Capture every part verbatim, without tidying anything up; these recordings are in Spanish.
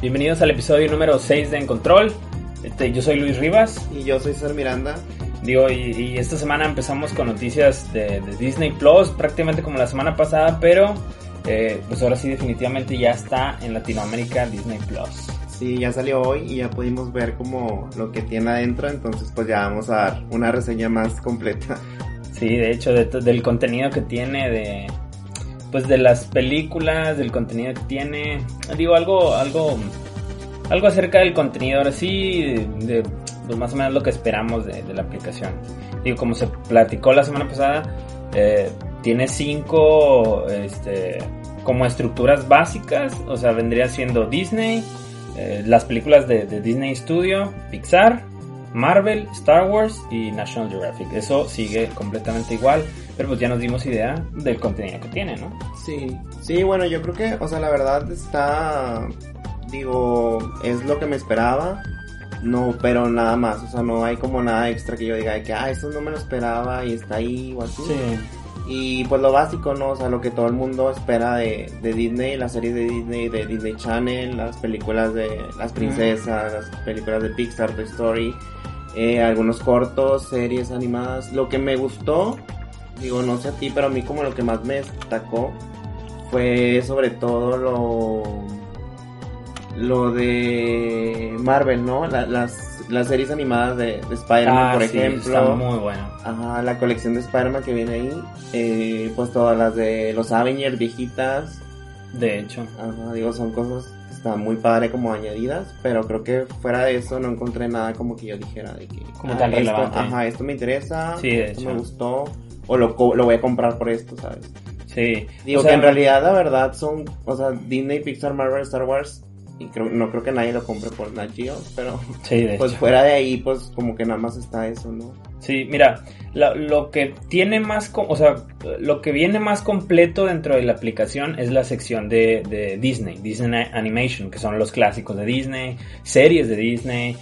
Bienvenidos al episodio número seis de En Control. Este, yo soy Luis Rivas. Y yo soy César Miranda. Digo, y, y esta semana empezamos con noticias de, de Disney Plus, prácticamente como la semana pasada, pero eh, pues ahora sí definitivamente ya está en Latinoamérica Disney Plus. Sí, ya salió hoy y ya pudimos ver como lo que tiene adentro, entonces pues ya vamos a dar una reseña más completa. Sí, de hecho, de, del contenido que tiene, de pues de las películas, del contenido que tiene, digo, algo, algo, algo acerca del contenido, ahora sí, de, de pues más o menos lo que esperamos de, de la aplicación. Digo, como se platicó la semana pasada, eh, tiene cinco, este, como estructuras básicas, o sea, vendría siendo Disney, eh, las películas de, de Disney Studio, Pixar, Marvel, Star Wars y National Geographic. Eso sigue completamente igual, pero pues ya nos dimos idea del contenido que tiene, ¿no? Sí, sí, bueno, yo creo que, o sea, la verdad está, digo, es lo que me esperaba, no, pero nada más, o sea, no hay como nada extra que yo diga de que, ah, esto no me lo esperaba y está ahí o así. Sí. Y pues lo básico, ¿no? O sea, lo que todo el mundo espera de, de Disney, las series de Disney, de Disney Channel, las películas de las princesas, las películas de Pixar, Toy Story, eh, algunos cortos, series animadas. Lo que me gustó, digo, no sé a ti, pero a mí como lo que más me destacó fue sobre todo lo lo de Marvel, ¿no? La, las las series animadas de, de Spider-Man, ah, por sí, ejemplo. Está muy bueno. Ajá, la colección de Spider-Man que viene ahí. Eh, pues todas las de los Avengers viejitas. De hecho. Ajá, digo, son cosas que están muy padre como añadidas. Pero creo que fuera de eso no encontré nada como que yo dijera de que... Como ah, tan esto, relevante. Ajá, esto me interesa. Sí, de esto hecho. me gustó. O lo, lo voy a comprar por esto, ¿sabes? Sí. Digo, o sea, que en realidad la verdad son... O sea, Disney, Pixar, Marvel, Star Wars... Y creo, no creo que nadie lo compre por Nat Geo, pero sí, de pues hecho. fuera de ahí, pues como que nada más está eso, ¿no? Sí, mira, lo, lo que tiene más, com- o sea, lo que viene más completo dentro de la aplicación es la sección de, de Disney, Disney Animation, que son los clásicos de Disney, series de Disney,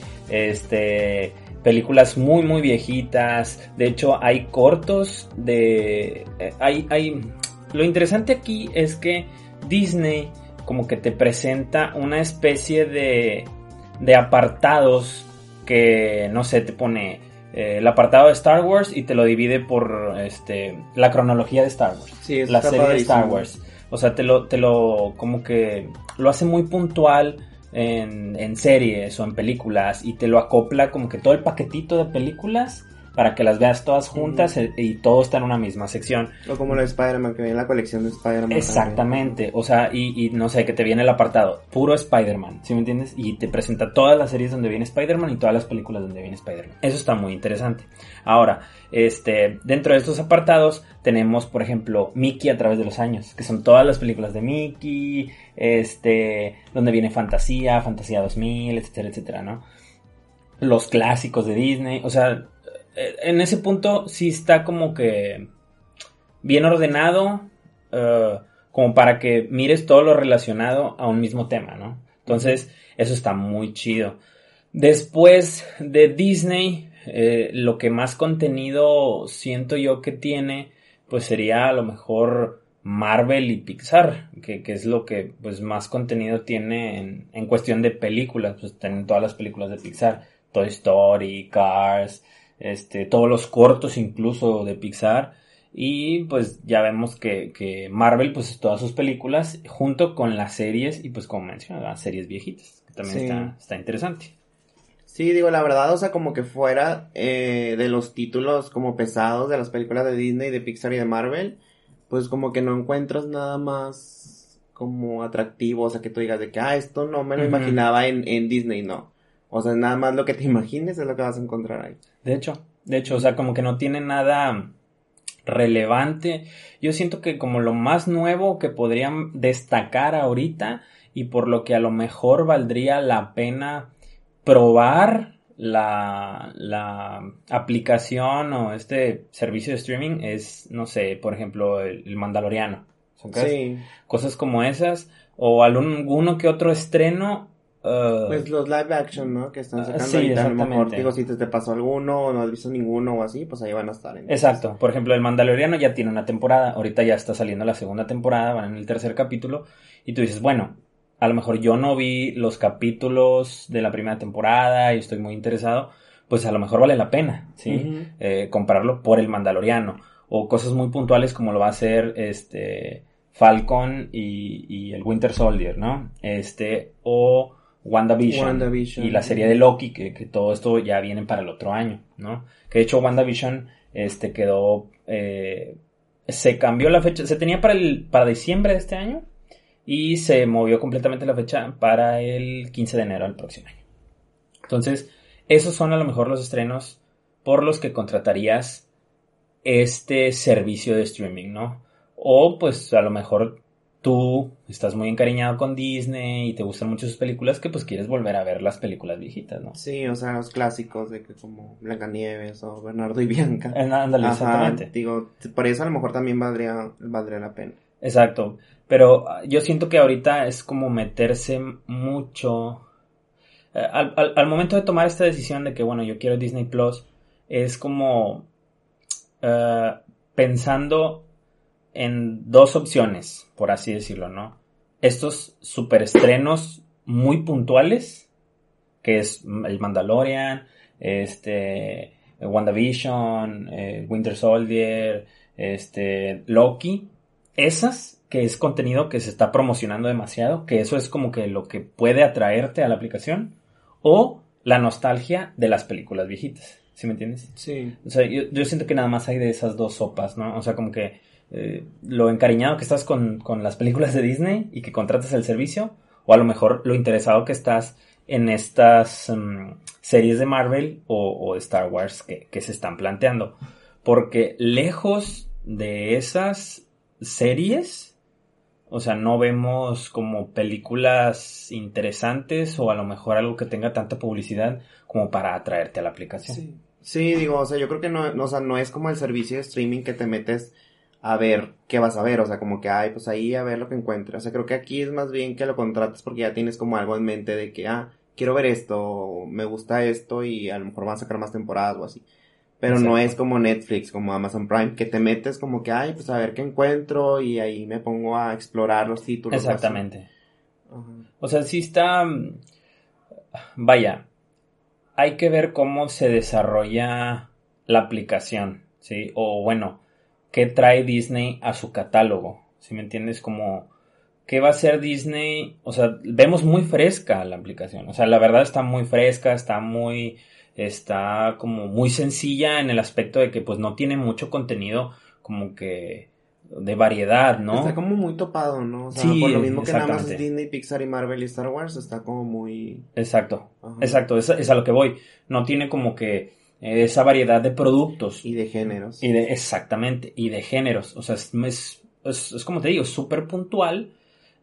este, películas muy muy viejitas. De hecho, hay cortos de, eh, hay, hay, lo interesante aquí es que Disney como que te presenta una especie de, de apartados que, no sé, te pone eh, el apartado de Star Wars y te lo divide por este la cronología de Star Wars. Sí, eso la está serie de padrísimo. Star Wars. O sea, te lo, te lo, como que lo hace muy puntual en, en series o en películas y te lo acopla como que todo el paquetito de películas para que las veas todas juntas uh-huh. y todo está en una misma sección. O como lo de Spider-Man, que viene la colección de Spider-Man. Exactamente, también. O sea, y, y no sé, que te viene el apartado, puro Spider-Man, ¿sí me entiendes? Y te presenta todas las series donde viene Spider-Man y todas las películas donde viene Spider-Man. Eso está muy interesante. Ahora, este, dentro de estos apartados tenemos, por ejemplo, Mickey a través de los años, que son todas las películas de Mickey, este, donde viene Fantasía, Fantasía dos mil, etcétera, etcétera, ¿no? Los clásicos de Disney, o sea... En ese punto sí está como que bien ordenado, uh, como para que mires todo lo relacionado a un mismo tema, ¿no? Entonces, eso está muy chido. Después de Disney, eh, lo que más contenido siento yo que tiene, pues sería a lo mejor Marvel y Pixar, que, que es lo que pues más contenido tiene en, en cuestión de películas, pues tienen todas las películas de Pixar, Toy Story, Cars... Este, todos los cortos incluso de Pixar y pues ya vemos que, que Marvel pues todas sus películas junto con las series y pues como mencioné las series viejitas que también sí. está, está interesante. Sí, digo la verdad, o sea como que fuera eh, de los títulos como pesados de las películas de Disney, de Pixar y de Marvel, pues como que no encuentras nada más como atractivo, o sea que tú digas de que ah esto no me lo uh-huh. imaginaba en, en Disney, no. O sea, nada más lo que te imagines es lo que vas a encontrar ahí. De hecho, de hecho, o sea, como que no tiene nada relevante. Yo siento que como lo más nuevo que podrían destacar ahorita y por lo que a lo mejor valdría la pena probar la, la aplicación o este servicio de streaming es, no sé, por ejemplo, el, el Mandaloriano. ¿Son sí. Cosas como esas o alguno que otro estreno. Uh, pues los live action, ¿no? Que están sacando uh, sí, ahorita, a lo mejor, digo, si te, te pasó alguno o no has visto ninguno o así, pues ahí van a estar. Entonces. Exacto, por ejemplo, el Mandaloriano ya tiene una temporada, ahorita ya está saliendo la segunda temporada, van en el tercer capítulo, y tú dices, bueno, a lo mejor yo no vi los capítulos de la primera temporada y estoy muy interesado, pues a lo mejor vale la pena, ¿sí? Uh-huh. Eh, comprarlo por el Mandaloriano. O cosas muy puntuales como lo va a hacer este Falcon y, y el Winter Soldier, ¿no? Este, o WandaVision, WandaVision y la serie de Loki, que, que todo esto ya viene para el otro año, ¿no? Que de hecho WandaVision este, quedó... Eh, se cambió la fecha, se tenía para, el, para diciembre de este año y se movió completamente la fecha para el quince de enero del próximo año. Entonces, esos son a lo mejor los estrenos por los que contratarías este servicio de streaming, ¿no? O pues a lo mejor tú estás muy encariñado con Disney y te gustan mucho sus películas que pues quieres volver a ver las películas viejitas, ¿no? Sí, o sea, los clásicos de que como Blancanieves o Bernardo y Bianca. Ándale, exactamente. Digo, por eso a lo mejor también valdría, valdría la pena. Exacto, pero yo siento que ahorita es como meterse mucho... Eh, al, al, al momento de tomar esta decisión de que, bueno, yo quiero Disney Plus, es como... Uh, pensando en dos opciones, por así decirlo, ¿no? Estos superestrenos muy puntuales, que es el Mandalorian, este, WandaVision, eh, Winter Soldier, este, Loki, esas que es contenido que se está promocionando demasiado, que eso es como que lo que puede atraerte a la aplicación, o la nostalgia de las películas viejitas. ¿Sí me entiendes? Sí. O sea, yo, yo siento que nada más hay de esas dos sopas, ¿no? O sea, como que eh, lo encariñado que estás con, con las películas de Disney y que contratas el servicio, o a lo mejor lo interesado que estás en estas um, series de Marvel o, o de Star Wars que, que se están planteando. Porque lejos de esas series, o sea, no vemos como películas interesantes o a lo mejor algo que tenga tanta publicidad como para atraerte a la aplicación. Sí. Sí, digo, o sea, yo creo que no, no, o sea, no es como el servicio de streaming que te metes a ver qué vas a ver, o sea, como que, ay, pues ahí a ver lo que encuentres. O sea, creo que aquí es más bien que lo contratas porque ya tienes como algo en mente de que, ah, quiero ver esto, me gusta esto y a lo mejor van a sacar más temporadas o así. Pero Exacto. No es como Netflix, como Amazon Prime, que te metes como que, ay, pues a ver qué encuentro y ahí me pongo a explorar los títulos. Exactamente. Uh-huh. O sea, sí está, vaya, hay que ver cómo se desarrolla la aplicación, ¿sí? O bueno, qué trae Disney a su catálogo, ¿sí me entiendes? Como, ¿qué va a hacer Disney? O sea, vemos muy fresca la aplicación, o sea, la verdad está muy fresca, está muy, está como muy sencilla en el aspecto de que pues no tiene mucho contenido como que de variedad, ¿no? Está como muy topado, ¿no? O sea, sí, por lo mismo que nada más es Disney, Pixar y Marvel y Star Wars, está como muy... Exacto, Ajá. exacto, es, es a lo que voy. No tiene como que esa variedad de productos. Y de géneros. Y de, exactamente, y de géneros. O sea, es, es, es, es como te digo, súper puntual.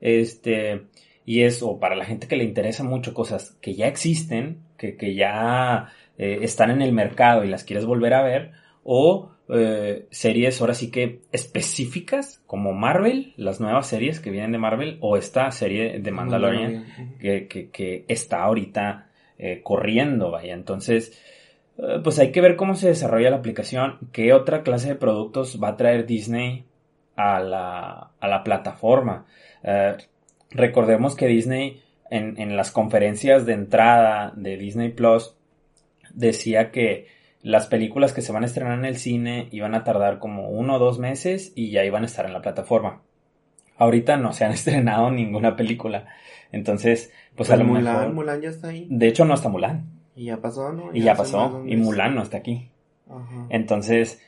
Este, y es, o para la gente que le interesa mucho cosas que ya existen, que, que ya eh, están en el mercado y las quieres volver a ver, o... Eh, series ahora sí que específicas como Marvel, las nuevas series que vienen de Marvel o esta serie de Mandalorian uh-huh. que, que, que está ahorita eh, corriendo, vaya, entonces eh, pues hay que ver cómo se desarrolla la aplicación, qué otra clase de productos va a traer Disney a la, a la plataforma. Eh, recordemos que Disney en, en las conferencias de entrada de Disney Plus decía que las películas que se van a estrenar en el cine iban a tardar como uno o dos meses y ya iban a estar en la plataforma. Ahorita no se han estrenado ninguna película. Entonces, pues, pues a lo Mulan, mejor... Mulan ya está ahí. De hecho, no está Mulan. Y ya pasó, ¿no? Y ya, ya pasó. Y Mulan no está aquí. Ajá. Entonces,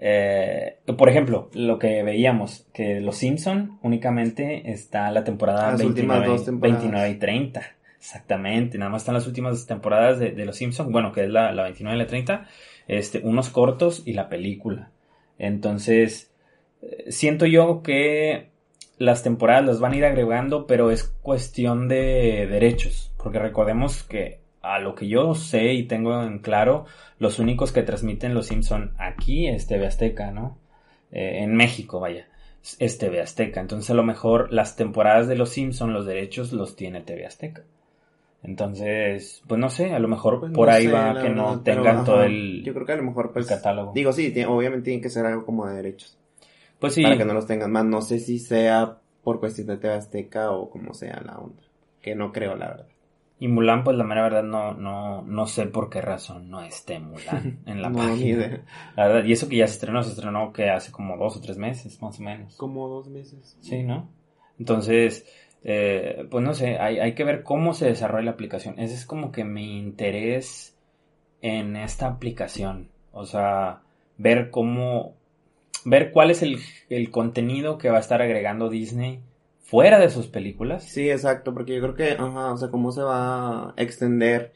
eh, por ejemplo, lo que veíamos, que Los Simpson únicamente está la temporada las veintinueve, dos temporadas. veintinueve y treinta. Exactamente, nada más están las últimas temporadas de, de Los Simpsons, bueno, que es la, la veintinueve y la treinta, este, unos cortos y la película. Entonces, eh, siento yo que las temporadas las van a ir agregando, pero es cuestión de derechos, porque recordemos que a lo que yo sé y tengo en claro, los únicos que transmiten Los Simpsons aquí es T V Azteca, ¿no? Eh, en México, vaya, es T V Azteca. Entonces, a lo mejor las temporadas de Los Simpsons, los derechos los tiene T V Azteca. Entonces, pues no sé, a lo mejor pues por no ahí sé, va que verdad, no tengan pero, todo ajá, el yo creo que a lo mejor pues catálogo. Digo, sí, tiene, obviamente tiene que ser algo como de derechos. Pues sí. Para que no los tengan más, no sé si sea por cuestión de T V Azteca o como sea la onda. que no creo, la verdad. Y Mulan, pues la mera verdad no, no, no sé por qué razón no esté Mulan en la No, página. ni idea. La verdad, y eso que ya se estrenó, se estrenó que hace como dos o tres meses, más o menos. Como dos meses. Sí, ¿no? Entonces, eh, pues no sé, hay, hay que ver cómo se desarrolla la aplicación. Ese es como que mi interés en esta aplicación. O sea, ver cómo, ver cuál es el, el contenido que va a estar agregando Disney fuera de sus películas. Sí, exacto, porque yo creo que, ajá, o sea, cómo se va a extender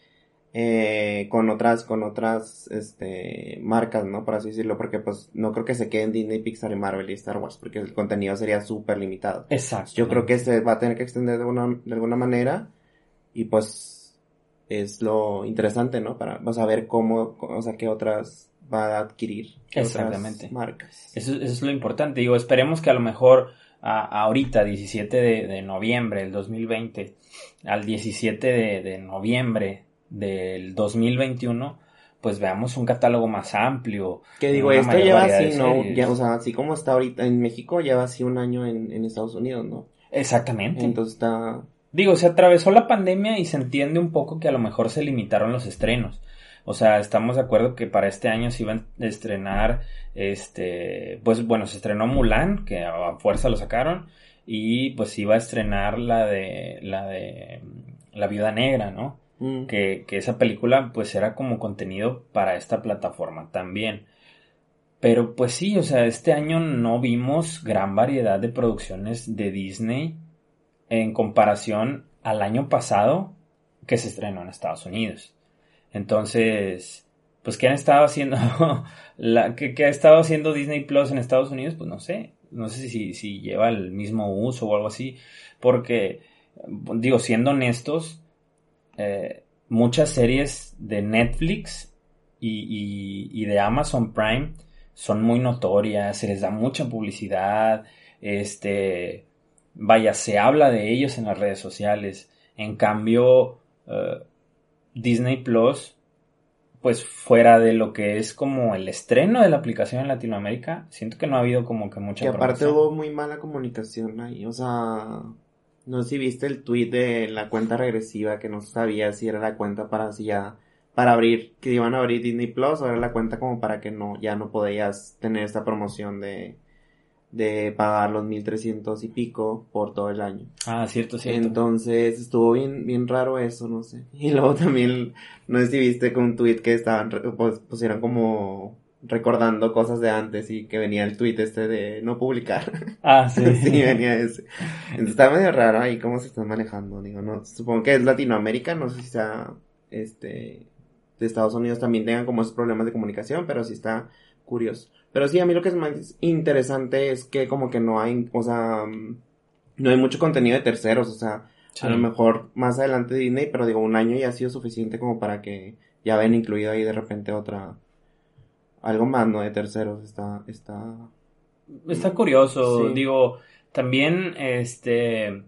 eh, con otras, con otras, este, marcas, ¿no? Por así decirlo, porque pues no creo que se queden Disney, Pixar y Marvel y Star Wars, porque el contenido sería súper limitado. Exacto. Yo creo que se va a tener que extender de una, de alguna manera, y pues es lo interesante, ¿no? Para, vas a ver cómo, o sea, qué otras va a adquirir. Exactamente. Otras marcas. Eso, eso es lo importante. Digo, esperemos que a lo mejor a, ahorita, diecisiete de, de noviembre del dos mil veinte, al diecisiete de, de noviembre del dos mil veintiuno, pues veamos un catálogo más amplio. Que digo, esto lleva así, ¿no? Ya, o sea, así como está ahorita en México, lleva así un año en, en Estados Unidos, ¿no? Exactamente. Entonces está... Digo, se atravesó la pandemia y se entiende un poco que a lo mejor se limitaron los estrenos. O sea, estamos de acuerdo que para este año se iban a estrenar, este, pues bueno, se estrenó Mulan, que a fuerza lo sacaron, y pues iba a estrenar la de, la de, La Viuda Negra, ¿no? Mm. Que, que esa película pues era como contenido para esta plataforma también. Pero pues sí, o sea, este año no vimos gran variedad de producciones de Disney en comparación al año pasado que se estrenó en Estados Unidos. Entonces, pues, ¿qué han estado haciendo? la, ¿qué, ¿Qué ha estado haciendo Disney Plus en Estados Unidos? Pues no sé. No sé si, si lleva el mismo uso o algo así. Porque, digo, siendo honestos, eh, muchas series de Netflix y, y, y de Amazon Prime son muy notorias. Se les da mucha publicidad. Este, vaya, se habla de ellos en las redes sociales. En cambio... Uh, Disney Plus, pues fuera de lo que es como el estreno de la aplicación en Latinoamérica, siento que no ha habido como que mucha que aparte promoción. Hubo muy mala comunicación ahí, o sea, no sé si viste el tweet de la cuenta regresiva que no sabía si era la cuenta para si ya para abrir, que iban a abrir Disney Plus o era la cuenta como para que no ya no podías tener esta promoción de de pagar los mil trescientos y pico por todo el año. Ah, cierto, cierto. Entonces estuvo bien bien raro eso, no sé. Y luego también, no sé si viste con un tweet que estaban, pues pusieron como recordando cosas de antes y que venía el tweet este de no publicar. Ah, sí. Sí, venía ese. Entonces está medio raro ahí cómo se están manejando, digo, no, supongo que es Latinoamérica, no sé si sea, este, de Estados Unidos también tengan como esos problemas de comunicación, pero sí está curioso. Pero sí, a mí lo que es más interesante es que como que no hay, o sea, no hay mucho contenido de terceros, o sea, sí. A lo mejor más adelante Disney, pero digo, un año ya ha sido suficiente como para que ya ven incluido ahí de repente otra, algo más, ¿no? De terceros, está, está... Está curioso, sí. Digo, también, este...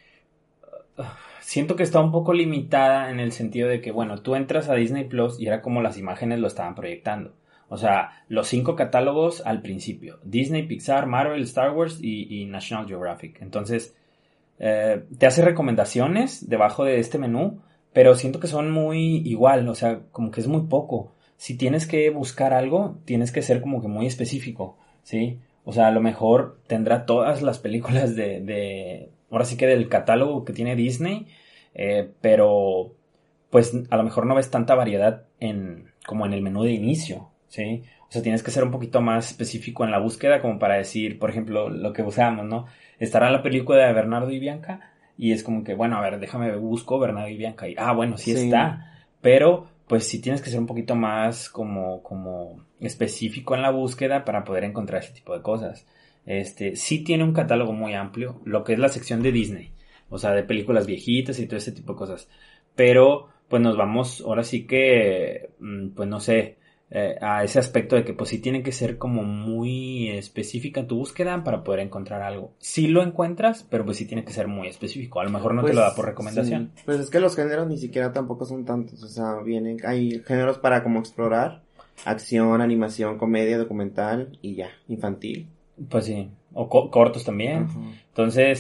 siento que está un poco limitada en el sentido de que, bueno, tú entras a Disney Plus y era como las imágenes lo estaban proyectando. O sea, los cinco catálogos al principio. Disney, Pixar, Marvel, Star Wars y, y National Geographic. Entonces, eh, te hace recomendaciones debajo de este menú, pero siento que son muy igual, o sea, como que es muy poco. Si tienes que buscar algo, tienes que ser como que muy específico, ¿sí? O sea, a lo mejor tendrá todas las películas de... de ahora sí que del catálogo que tiene Disney, eh, pero pues a lo mejor no ves tanta variedad en como en el menú de inicio, ¿sí? O sea, tienes que ser un poquito más específico en la búsqueda como para decir, por ejemplo, lo que buscamos, ¿no? Estará la película de Bernardo y Bianca y es como que, bueno, a ver, déjame busco Bernardo y Bianca y, ah, bueno, sí, sí. Está, pero pues sí tienes que ser un poquito más como, como específico en la búsqueda para poder encontrar ese tipo de cosas. Este, sí tiene un catálogo muy amplio, lo que es la sección de Disney, o sea, de películas viejitas y todo ese tipo de cosas, pero pues nos vamos ahora sí que, pues no sé, eh, a ese aspecto de que pues sí tiene que ser como muy específica en tu búsqueda para poder encontrar algo. Sí lo encuentras, pero pues sí tiene que ser muy específico, a lo mejor no pues, te lo da por recomendación. Sí. Pues es que los géneros ni siquiera tampoco son tantos, o sea, vienen, hay géneros para como explorar, acción, animación, comedia, documental y ya, infantil. Pues sí, o co- cortos también. Uh-huh. Entonces,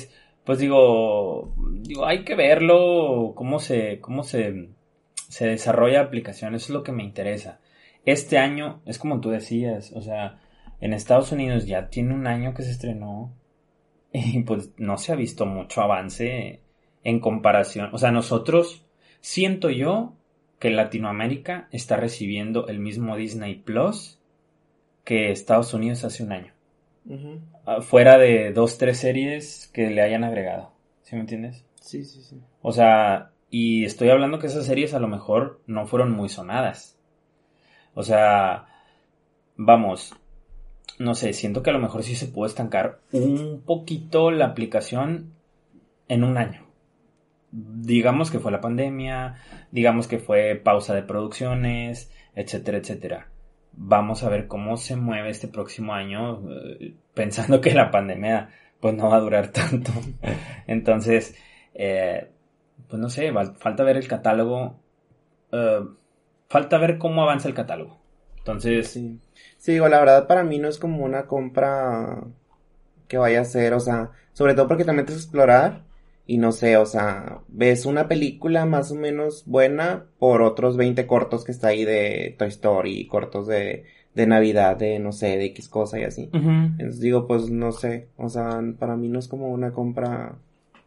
pues digo, digo, hay que verlo, cómo se, cómo se, se desarrolla la aplicación, eso es lo que me interesa. Este año, es como tú decías, o sea, en Estados Unidos ya tiene un año que se estrenó y pues no se ha visto mucho avance en comparación. O sea, nosotros, siento yo que Latinoamérica está recibiendo el mismo Disney Plus que Estados Unidos hace un año. Uh-huh. Fuera de dos, tres series que le hayan agregado. ¿Sí me entiendes? Sí, sí, sí. O sea, y estoy hablando que esas series a lo mejor no fueron muy sonadas. O sea, vamos, no sé, siento que a lo mejor sí se puede estancar un poquito la aplicación en un año. Digamos que fue la pandemia, digamos que fue pausa de producciones, etcétera, etcétera. Vamos a ver cómo se mueve este próximo año, eh, pensando que la pandemia pues no va a durar tanto. Entonces, eh, pues no sé, va, falta ver el catálogo, eh, falta ver cómo avanza el catálogo. Entonces, sí. Sí, digo, la verdad para mí no es como una compra que vaya a ser, o sea, sobre todo porque te metes a explorar y no sé, o sea, ves una película más o menos buena por otros veinte cortos que está ahí de Toy Story, cortos de, de Navidad, de no sé, de X cosa y así. Uh-huh. Entonces digo, pues no sé, o sea, para mí no es como una compra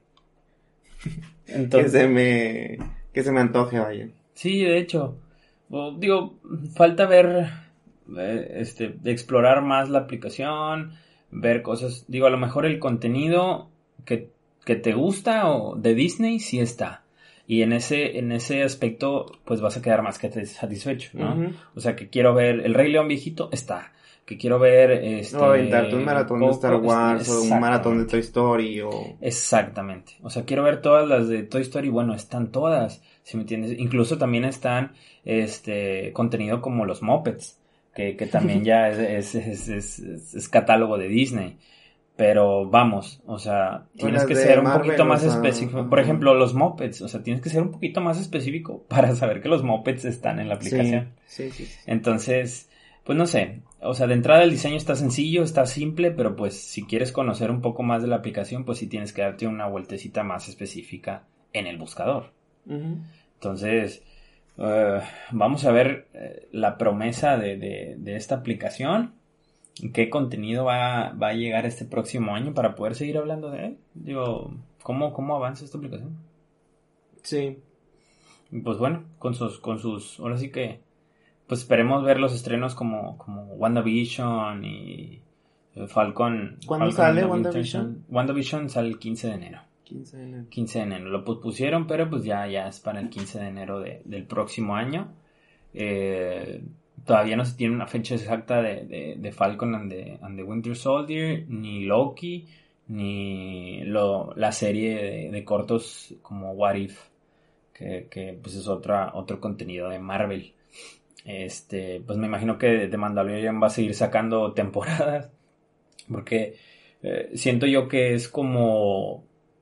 Entonces, que se me que se me antoje, vaya. Sí, de hecho, well, digo, falta ver, eh, este, explorar más la aplicación, ver cosas, digo, a lo mejor el contenido que que te gusta o de Disney sí está. Y en ese en ese aspecto pues vas a quedar más que satisfecho, ¿no? Uh-huh. O sea, que quiero ver El Rey León viejito, está. Que quiero ver este no, aventarte un maratón Coco, de Star Wars o un maratón de Toy Story o exactamente. O sea, quiero ver todas las de Toy Story, bueno, están todas, si me entiendes. Incluso también están este contenido como los Muppets, que, que también ya es, es, es, es, es catálogo de Disney. Pero vamos, o sea, tienes que ser un Marvel, poquito más o sea, específico. Uh-huh. Por ejemplo, los Muppets, o sea, tienes que ser un poquito más específico para saber que los Muppets están en la aplicación. Sí, sí, sí. Entonces, pues no sé, o sea, de entrada el diseño está sencillo, está simple, pero pues si quieres conocer un poco más de la aplicación, pues sí tienes que darte una vueltecita más específica en el buscador. Uh-huh. Entonces, uh, vamos a ver uh, la promesa de, de, de esta aplicación. ¿Qué contenido va, va a llegar este próximo año para poder seguir hablando de él? Digo, ¿cómo, cómo avanza esta aplicación? Sí. Pues bueno, con sus, con sus, ahora sí que, pues esperemos ver los estrenos como, como WandaVision y Falcon. ¿Cuándo Falcon sale WandaVision? WandaVision sale el quince de enero. quince de enero. quince de enero. Lo pospusieron, pero pues ya, ya es para el quince de enero de, del próximo año. Eh... Todavía no se tiene una fecha exacta de, de, de Falcon and the, and the Winter Soldier, ni Loki, ni lo, la serie de, de cortos como What If, que, que pues es otra, otro contenido de Marvel. Este, pues me imagino que The Mandalorian va a seguir sacando temporadas, porque eh, siento yo que es como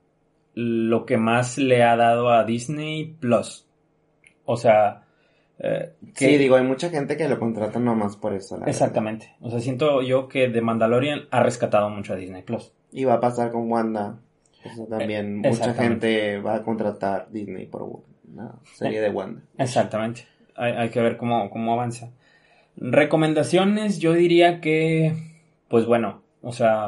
lo que más le ha dado a Disney Plus. O sea, Eh, que... Sí, digo, hay mucha gente que lo contrata nomás por eso. La exactamente. verdad. O sea, siento yo que The Mandalorian ha rescatado mucho a Disney Plus. Y va a pasar con Wanda. O sea, también eh, mucha gente va a contratar Disney por una serie de Wanda. Exactamente. Hay, hay que ver cómo, cómo avanza. Recomendaciones, yo diría que, pues bueno, o sea,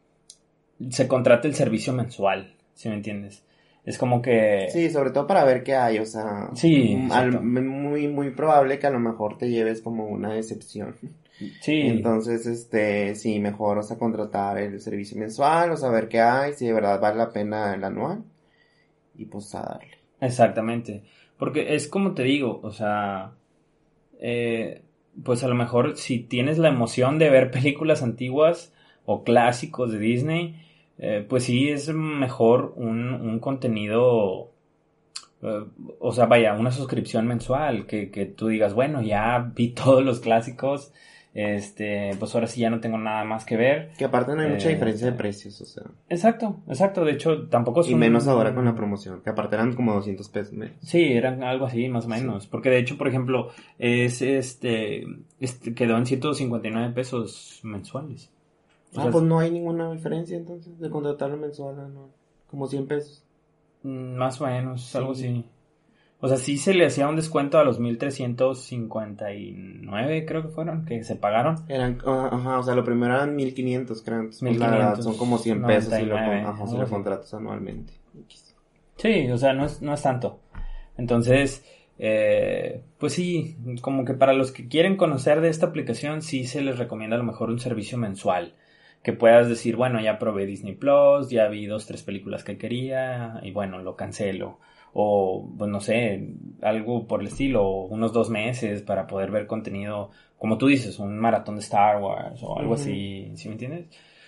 se contrata el servicio mensual, ¿sí me entiendes? Es como que... Sí, sobre todo para ver qué hay, o sea... Sí, al, muy, muy probable que a lo mejor te lleves como una decepción. Sí. Entonces, este, sí, mejor, o sea, contratar el servicio mensual, o saber qué hay, si de verdad vale la pena el anual, y pues a darle. Exactamente, porque es como te digo, o sea, eh, pues a lo mejor si tienes la emoción de ver películas antiguas o clásicos de Disney... Eh, pues sí, es mejor un, un contenido, eh, o sea, vaya, una suscripción mensual, que, que tú digas, bueno, ya vi todos los clásicos, este, pues ahora sí ya no tengo nada más que ver. Que aparte no hay mucha eh, diferencia de precios, o sea. Exacto, exacto, de hecho tampoco es Y un, menos ahora con la promoción, que aparte eran como doscientos pesos menos. Sí, eran algo así, más o menos, sí. Porque de hecho, por ejemplo, es este, este quedó en ciento cincuenta y nueve pesos mensuales. O ah, sea, pues no hay ninguna diferencia entonces de contratarlo mensual a no. Como cien pesos. Mm, Más o menos, Sí. algo así. O sea, sí se le hacía un descuento a los mil trescientos cincuenta y nueve, creo que fueron, que se pagaron. Eran, ah, ajá, o sea, lo primero eran mil quinientos, creo. Entonces, pues, la verdad, mil quinientos son como cien pesos si lo, con- noventa y nueve, ajá, si algo lo así. contratas anualmente. X. Sí, o sea, no es, no es tanto. Entonces, eh, pues sí, como que para los que quieren conocer de esta aplicación, sí se les recomienda a lo mejor un servicio mensual. Que puedas decir, bueno, ya probé Disney Plus, ya vi dos, tres películas que quería, y bueno, lo cancelo. O, pues no sé, algo por el estilo, unos dos meses para poder ver contenido, como tú dices, un maratón de Star Wars o algo Ujú. así, ¿sí me entiendes?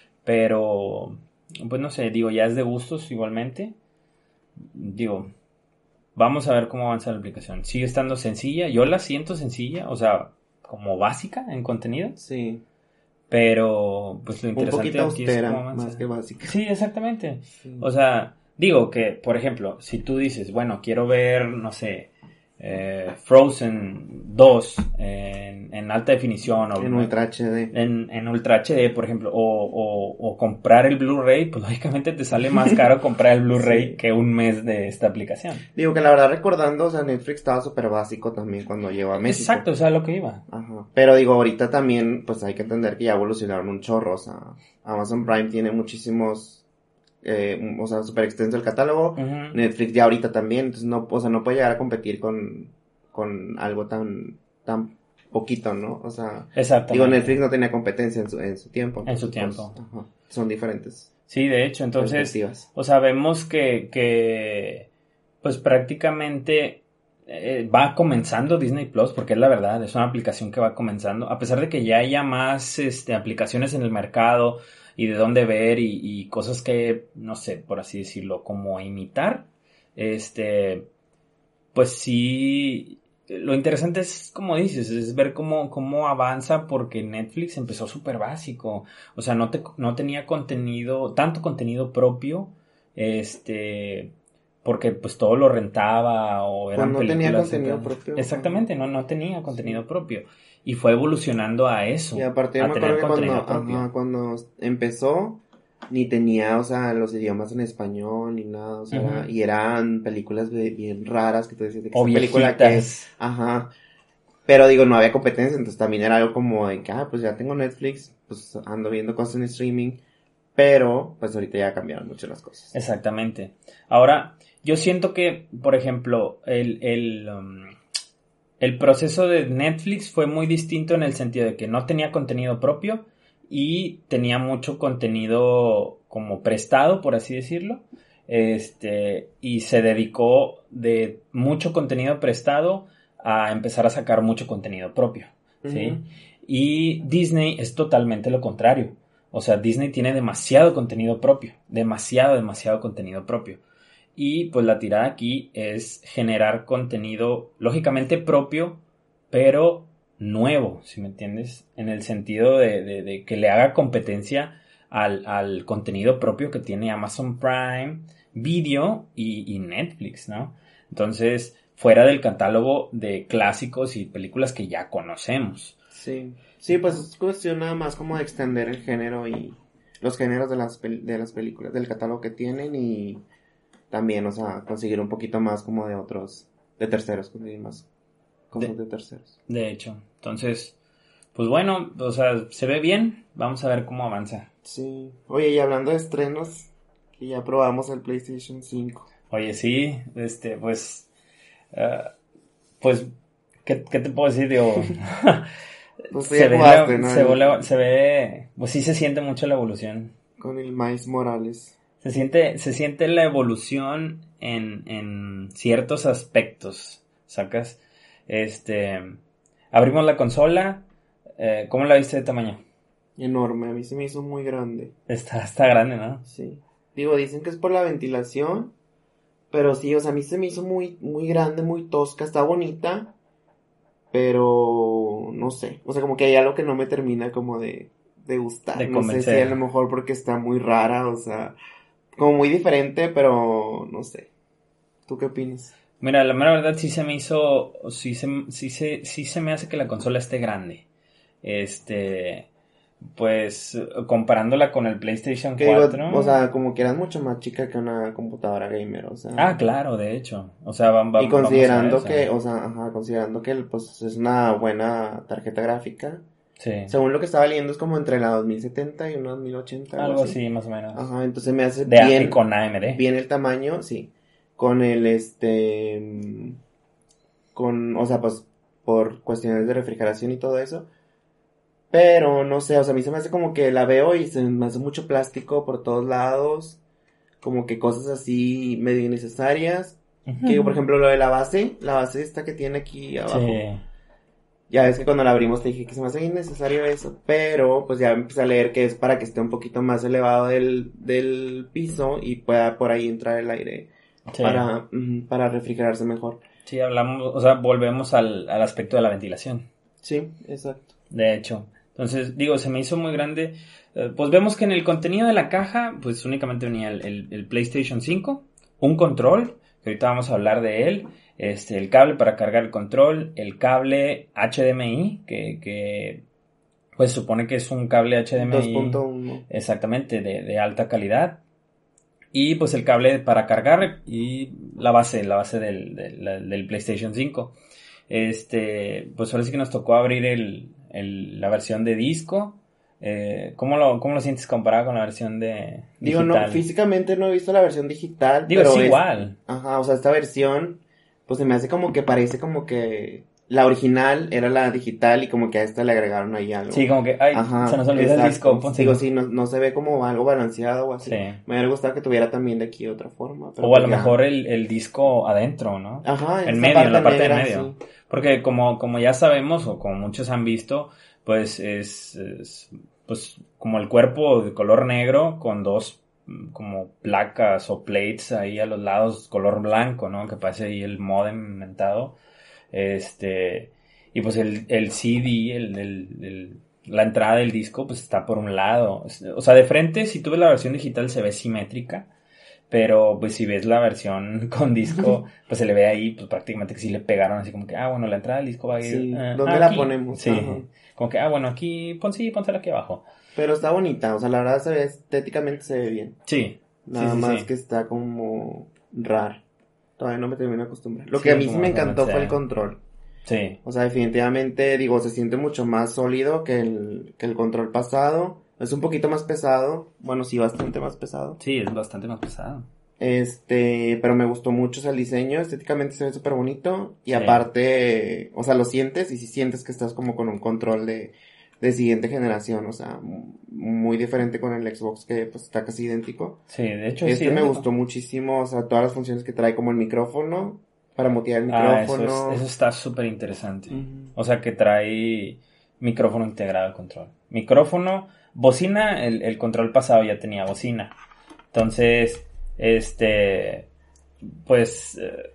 Pero, pues no sé, digo, ya es de gustos igualmente. Digo, vamos a ver cómo avanza la aplicación. Sigue estando sencilla, yo la siento sencilla, o sea, como básica en contenido, Sí. pero pues lo Un interesante poquito aquí es cómo austera, avanza. más que básica. Sí, exactamente. Sí. O sea, digo que, por ejemplo, si tú dices, bueno, quiero ver, no sé, eh, Frozen dos en, en alta definición o En Ultra H D. en, en Ultra H D, por ejemplo, o, o, o comprar el Blu-ray, pues lógicamente te sale más caro comprar el Blu-ray Sí. que un mes de esta aplicación. Digo que la verdad recordando, o sea, Netflix estaba súper básico también cuando llegó a México. Exacto, o sea, lo que iba. Ajá. Pero digo, ahorita también, pues hay que entender que ya evolucionaron un chorro, o sea, Amazon Prime tiene muchísimos, eh, o sea, súper extenso el catálogo. Ujú. Netflix ya ahorita también, entonces no, o sea, no puede llegar a competir con, con algo tan, tan poquito, ¿no? O sea, Exactamente. digo, Netflix no tenía competencia en su, en su tiempo. En su entonces, tiempo. pues, ajá, son diferentes Sí, de hecho, entonces, perspectivas. o sea, vemos que, que pues prácticamente eh, va comenzando Disney Plus, porque es la verdad, es una aplicación que va comenzando, a pesar de que ya haya más este, aplicaciones en el mercado y de dónde ver y, y cosas que, no sé, por así decirlo, como imitar, este, pues sí, lo interesante es, como dices, es ver cómo, cómo avanza porque Netflix empezó súper básico. O sea, no, te, no tenía contenido, tanto contenido propio, este, porque pues todo lo rentaba o Pues eran no tenía películas. contenido entonces- propio. Exactamente, no, no tenía contenido propio. Y fue evolucionando a eso, Y aparte yo a me tener acuerdo que contenido cuando, propio. ajá, cuando empezó, ni tenía, o sea, los idiomas en español, ni nada, o sea, Ujú. era- y eran películas de- bien raras que tú decías de que O esa película que, viejitas. ajá, pero digo, no había competencia, entonces también era algo como de que, ah, pues ya tengo Netflix, pues ando viendo cosas en streaming, pero, pues ahorita ya cambiaron mucho las cosas. Exactamente. Ahora, yo siento que, por ejemplo, el, el, um, el proceso de Netflix fue muy distinto en el sentido de que no tenía contenido propio y tenía mucho contenido como prestado, por así decirlo. Este, y se dedicó de mucho contenido prestado a empezar a sacar mucho contenido propio, ¿sí? Ujú. Y Disney es totalmente lo contrario. O sea, Disney tiene demasiado contenido propio, demasiado, demasiado contenido propio. Y pues la tirada aquí es generar contenido lógicamente propio, pero nuevo, ¿sí me entiendes? En el sentido de, de, de que le haga competencia al, al contenido propio que tiene Amazon Prime Video y, y Netflix, ¿no? Entonces, fuera del catálogo de clásicos y películas que ya conocemos. Sí, sí, pues es cuestión nada más como de extender el género y los géneros de las, pel- de las películas, del catálogo que tienen y también, o sea, conseguir un poquito más como de otros, de terceros, conseguir más cosas de, de terceros. De hecho, entonces, pues bueno, o sea, se ve bien, vamos a ver cómo avanza. Sí, oye, y hablando de estrenos, que ya probamos el PlayStation cinco. Oye, sí, este, pues, uh, pues, ¿qué, ¿qué te puedo decir? Digo, Pues tú se, ya ve jugaste, la, ¿no? se, El- ve, se ve, pues sí se siente mucho la evolución. Con el Miles Morales. Se siente, se siente la evolución en, en ciertos aspectos, ¿sacas? Este, abrimos la consola, eh, ¿cómo la viste de tamaño? Enorme, a mí se me hizo muy grande. Está, está grande, ¿no? Sí. Digo, dicen que es por la ventilación, pero sí, o sea, a mí se me hizo muy, muy grande, muy tosca, está bonita, pero no sé, o sea, como que hay algo que no me termina como de, de gustar, De no sé si convencer. a lo mejor porque está muy rara, o sea, como muy diferente, pero no sé. ¿Tú qué opinas? Mira, la mera verdad sí se me hizo, sí se, sí se, sí se me hace que la consola esté grande. Este, pues comparándola con el PlayStation Que digo, cuatro. o sea, como que eras mucho más chica que una computadora gamer, o sea. Ah, claro, de hecho. O sea, van, van, Y considerando vamos a eso. que, o sea, ajá, considerando que pues es una buena tarjeta gráfica. Sí. Según lo que estaba leyendo es como entre la dos mil setenta y una dos mil ochenta. Algo así. así, más o menos. Ajá, entonces me hace de bien. Y con A M D. Bien el tamaño, sí. Con el este. Con, o sea, pues por cuestiones de refrigeración y todo eso. Pero no sé, o sea, a mí se me hace como que la veo y se me hace mucho plástico por todos lados. Como que cosas así medio innecesarias. Uh-huh. Que por ejemplo lo de la base, la base esta que tiene aquí abajo. Sí. Ya ves que cuando la abrimos te dije que se me hace innecesario eso. Pero pues ya empecé a leer que es para que esté un poquito más elevado del, del piso y pueda por ahí entrar el aire. Sí. Para, para refrigerarse mejor. Sí, hablamos, o sea, volvemos al, al aspecto de la ventilación. Sí, exacto. De hecho. Entonces, digo, se me hizo muy grande. Eh, pues vemos que en el contenido de la caja, pues únicamente venía el, el, el PlayStation cinco, un control, que ahorita vamos a hablar de él, este, el cable para cargar el control, el cable H D M I, que, que pues supone que es un cable H D M I. dos punto uno. Exactamente, de, de alta calidad. Y pues el cable para cargar y la base, la base del, del, del PlayStation cinco. Este, pues ahora sí que nos tocó abrir el, el, la versión de disco. Eh, ¿cómo lo, cómo lo sientes comparado con la versión de digital? Digo, no, físicamente no he visto la versión digital. Digo, pero es igual. Es, ajá, o sea, esta versión, pues se me hace como que parece como que la original era la digital y como que a esta le agregaron ahí algo. Sí, como que, ay, ajá, se nos olvidó el disco. Ponte. Digo, sí, no, no se ve como algo balanceado o así. Sí. Me hubiera gustado que tuviera también de aquí otra forma. Pero o pues a lo ya... mejor el, el disco adentro, ¿no? Ajá, en medio, en la parte negra, de medio. Sí. Porque como, como ya sabemos, o como muchos han visto, pues es, es pues como el cuerpo de color negro con dos como placas o plates ahí a los lados color blanco, ¿no? Que parece ahí el modem inventado. Este, y pues el, el C D, el, el, el, la entrada del disco, pues está por un lado. O sea, de frente, si tú ves la versión digital, se ve simétrica. Pero, pues, si ves la versión con disco, pues se le ve ahí, pues, prácticamente que sí le pegaron así como que, ah, bueno, la entrada del disco va a ir... Sí, eh, ¿dónde ah, la aquí. ponemos? Sí, ajá. Como que, ah, bueno, aquí, pon sí, pónsela aquí abajo. Pero está bonita, o sea, la verdad se ve, estéticamente se ve bien. Sí. Nada sí, sí, más sí. que está como raro. Todavía no me termino de acostumbrar. Lo Sí, que a mí sí como me encantó sea. fue el control. Sí. O sea, definitivamente, digo, se siente mucho más sólido que el, que el control pasado. Es un poquito más pesado. Bueno, sí, bastante más pesado. Sí, es bastante más pesado. Este, pero me gustó mucho, o sea, el diseño, estéticamente se ve súper bonito. Y Sí. aparte, o sea, lo sientes y sí sientes que estás como con un control de, de siguiente generación. O sea, muy diferente con el Xbox que pues está casi idéntico. Sí, de hecho Este sí. me ¿no? gustó muchísimo, o sea, todas las funciones que trae como el micrófono. Para mutear el Ah, micrófono. eso, es, eso está súper interesante. Uh-huh. O sea, que trae micrófono integrado al control. Micrófono, bocina, el, el control pasado ya tenía bocina. Entonces, este, pues, eh,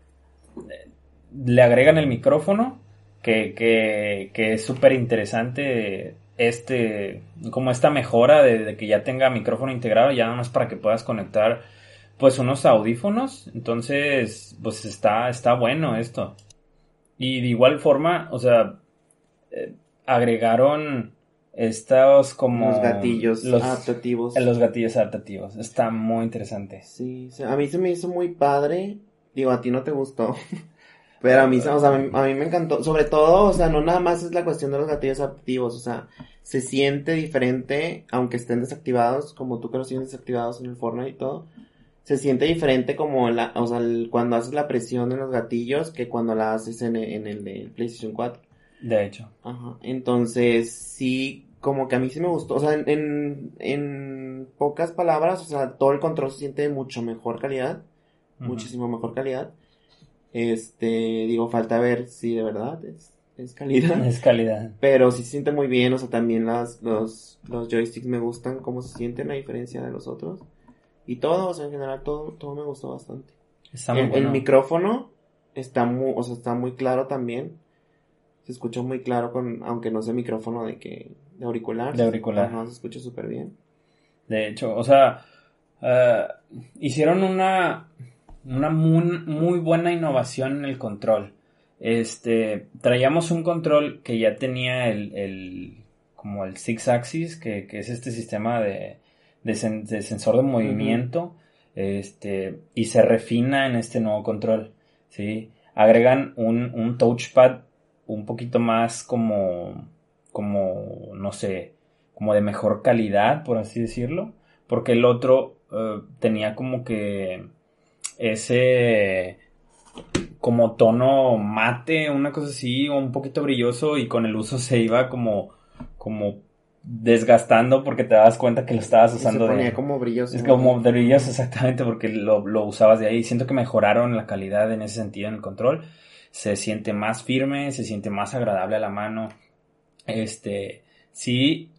le agregan el micrófono, que, que, que es súper interesante, este, como esta mejora de, de que ya tenga micrófono integrado, ya no más para que puedas conectar pues unos audífonos. Entonces pues está está bueno esto. Y de igual forma, o sea, eh, agregaron estos como los gatillos los, adaptativos. Los gatillos adaptativos. Está muy interesante. Sí, a mí se me hizo muy padre. Digo, a ti no te gustó. Pero a mí, o sea, a mí, a mí me encantó. Sobre todo, o sea, no nada más es la cuestión de los gatillos adaptativos. O sea, se siente diferente aunque estén desactivados, como tú que los tienes desactivados en el Fortnite y todo. Se siente diferente como la, o sea, el, cuando haces la presión en los gatillos que cuando la haces en, en el de PlayStation cuatro. De hecho. Ajá. Entonces, sí, como que a mí sí me gustó. O sea, en, en, en pocas palabras, o sea, todo el control se siente de mucho mejor calidad. Uh-huh. Muchísimo mejor calidad. Este, digo, falta ver si de verdad es, es calidad. Es calidad. Pero sí se siente muy bien, o sea, también las, los, los joysticks me gustan, cómo se sienten a diferencia de los otros. Y todo, o sea, en general todo, todo me gustó bastante. Está muy el, bueno. el micrófono está muy, o sea, está muy claro también. Se escucha muy claro con, aunque no sea micrófono de que, de auricular. De auricular. No, se escucha súper bien. De hecho, o sea, uh, hicieron una, una muy, muy buena innovación en el control. Este, traíamos un control que ya tenía el, el como el Six Axis, que, que es este sistema de, de, sen, de sensor de movimiento, uh-huh. este, y se refina en este nuevo control, ¿sí? Agregan un, un touchpad un poquito más como, como, no sé, como de mejor calidad, por así decirlo, porque el otro uh, tenía como que ese como tono mate, una cosa así, o un poquito brilloso, y con el uso se iba como, como desgastando porque te dabas cuenta que lo estabas usando. Se ponía de, como brilloso. Es como de brilloso, exactamente, porque lo, lo usabas de ahí. Siento que mejoraron la calidad en ese sentido en el control. Se siente más firme, se siente más agradable a la mano. Este, sí,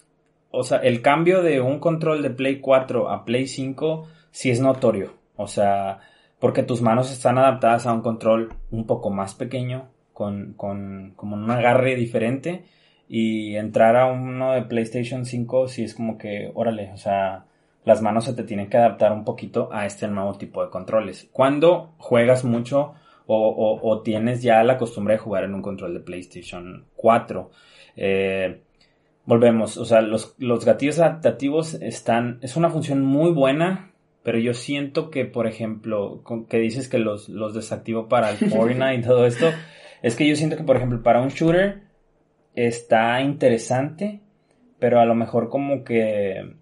o sea, el cambio de un control de Play cuatro a Play cinco sí es notorio. O sea, porque tus manos están adaptadas a un control un poco más pequeño, con, con como un agarre diferente, y entrar a uno de PlayStation cinco sí es como que, órale, o sea, las manos se te tienen que adaptar un poquito a este nuevo tipo de controles. Cuando juegas mucho o, o, o tienes ya la costumbre de jugar en un control de PlayStation cuatro, eh, volvemos, o sea, los, los gatillos adaptativos están, es una función muy buena. Pero yo siento que, por ejemplo, que dices que los, los desactivo para el Fortnite y todo esto, es que yo siento que, por ejemplo, para un shooter está interesante, pero a lo mejor como que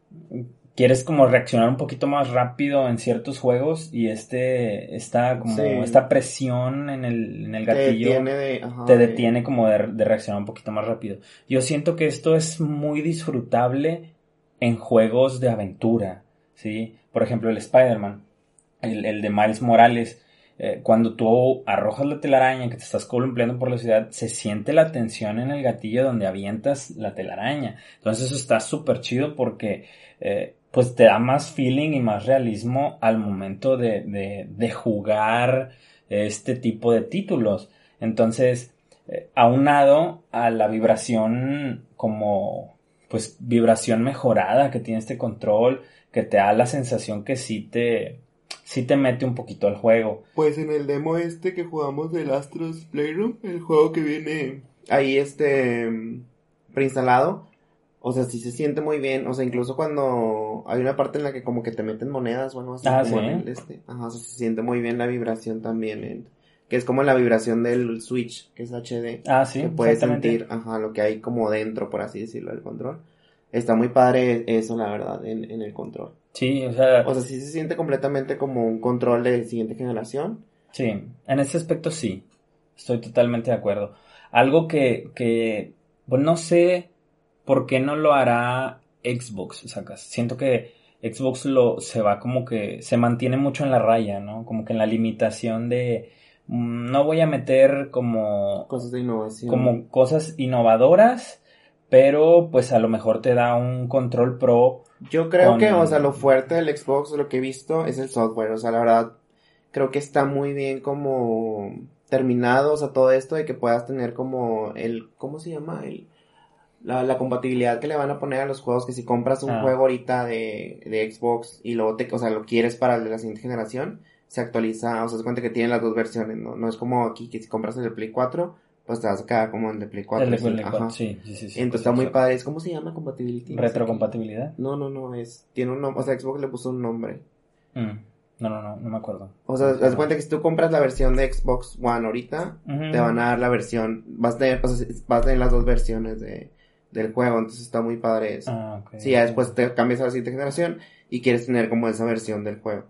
quieres como reaccionar un poquito más rápido en ciertos juegos, y este, esta como, sí. esta presión en el, en el gatillo te detiene, de, ajá, te detiene como de, de reaccionar un poquito más rápido. Yo siento que esto es muy disfrutable en juegos de aventura, ¿sí? Por ejemplo, el Spider-Man, el, el de Miles Morales, eh, cuando tú arrojas la telaraña que te estás columpiando por la ciudad, se siente la tensión en el gatillo donde avientas la telaraña. Entonces eso está súper chido porque eh, pues te da más feeling y más realismo al momento de, de, de jugar este tipo de títulos. Entonces, eh, aunado a la vibración como, pues, vibración mejorada que tiene este control, que te da la sensación que sí te, sí te mete un poquito al juego. Pues en el demo este que jugamos del Astros Playroom, el juego que viene ahí este preinstalado, o sea, sí se siente muy bien. O sea, incluso cuando hay una parte en la que como que te meten monedas o algo así, ah, como ¿sí? en el este, ajá, o sea, se siente muy bien la vibración también, en, que es como la vibración del Switch, que es H D. Ah, sí, que puedes sentir, ajá, lo que hay como dentro, por así decirlo, del control. Está muy padre eso, la verdad, en, en el control. Sí, o sea... O sea, sí se siente completamente como un control de siguiente generación. Sí, en ese aspecto sí. Estoy totalmente de acuerdo. Algo que, que pues no sé por qué no lo hará Xbox, sacas. Siento que Xbox lo se va como que... se mantiene mucho en la raya, ¿no? Como que en la limitación de... Mmm, no voy a meter como... cosas de innovación. Como cosas innovadoras... Pero, pues, a lo mejor te da un control pro. Yo creo con... que, o sea, lo fuerte del Xbox, lo que he visto, es el software. O sea, la verdad, creo que está muy bien como terminado, o sea, todo esto de que puedas tener como el, ¿cómo se llama? El, la, la compatibilidad que le van a poner a los juegos, que si compras un ah. juego ahorita de, de Xbox y luego te, o sea, lo quieres para el de la siguiente generación, se actualiza, o sea, se cuenta que tiene las dos versiones, ¿no? No es como aquí que si compras el de Play cuatro... pues te vas a quedar como en el Play cuatro. El de Play cuatro, sí, sí, sí, sí. Entonces pues está muy padre. ¿Cómo se llama? Compatibility. ¿Retrocompatibilidad? No, no, no, es, tiene un nombre, o sea, Xbox le puso un nombre. Mm. No, no, no, no me acuerdo. O sea, te das cuenta que si tú compras la versión de Xbox One ahorita, uh-huh. te van a dar la versión, vas a tener, o sea, vas a tener las dos versiones de, del juego, entonces está muy padre eso. Ah, okay. Si ya después te cambias a la siguiente generación y quieres tener como esa versión del juego.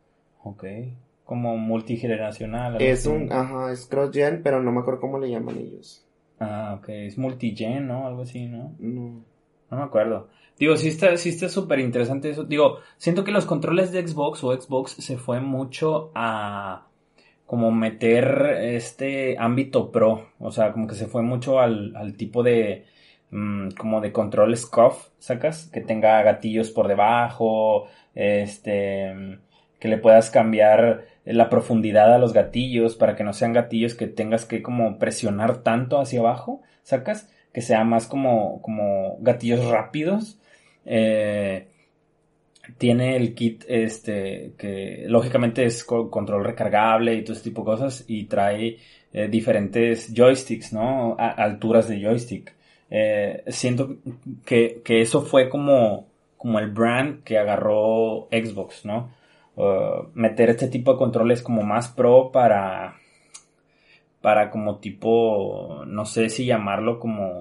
Ok. Como multigeneracional. Es así. un, ajá, es cross-gen, pero no me acuerdo cómo le llaman ellos. Ah, ok, es multigen, ¿no? Algo así, ¿no? No. No me acuerdo. Digo, sí está, sí está súper interesante eso. Digo, siento que los controles de Xbox o Xbox se fue mucho a como meter este ámbito pro. O sea, como que se fue mucho al, al tipo de mmm, como de control scuff, ¿sacas? Que tenga gatillos por debajo, este, que le puedas cambiar la profundidad a los gatillos para que no sean gatillos que tengas que como presionar tanto hacia abajo, ¿sacas? Que sea más como, como gatillos rápidos. Eh, tiene el kit este que lógicamente es con control recargable y todo ese tipo de cosas, y trae eh, diferentes joysticks, ¿no? A alturas de joystick. Eh, siento que, que eso fue como, como el brand que agarró Xbox, ¿no? Uh, meter este tipo de controles como más pro para, para como tipo, no sé si llamarlo como,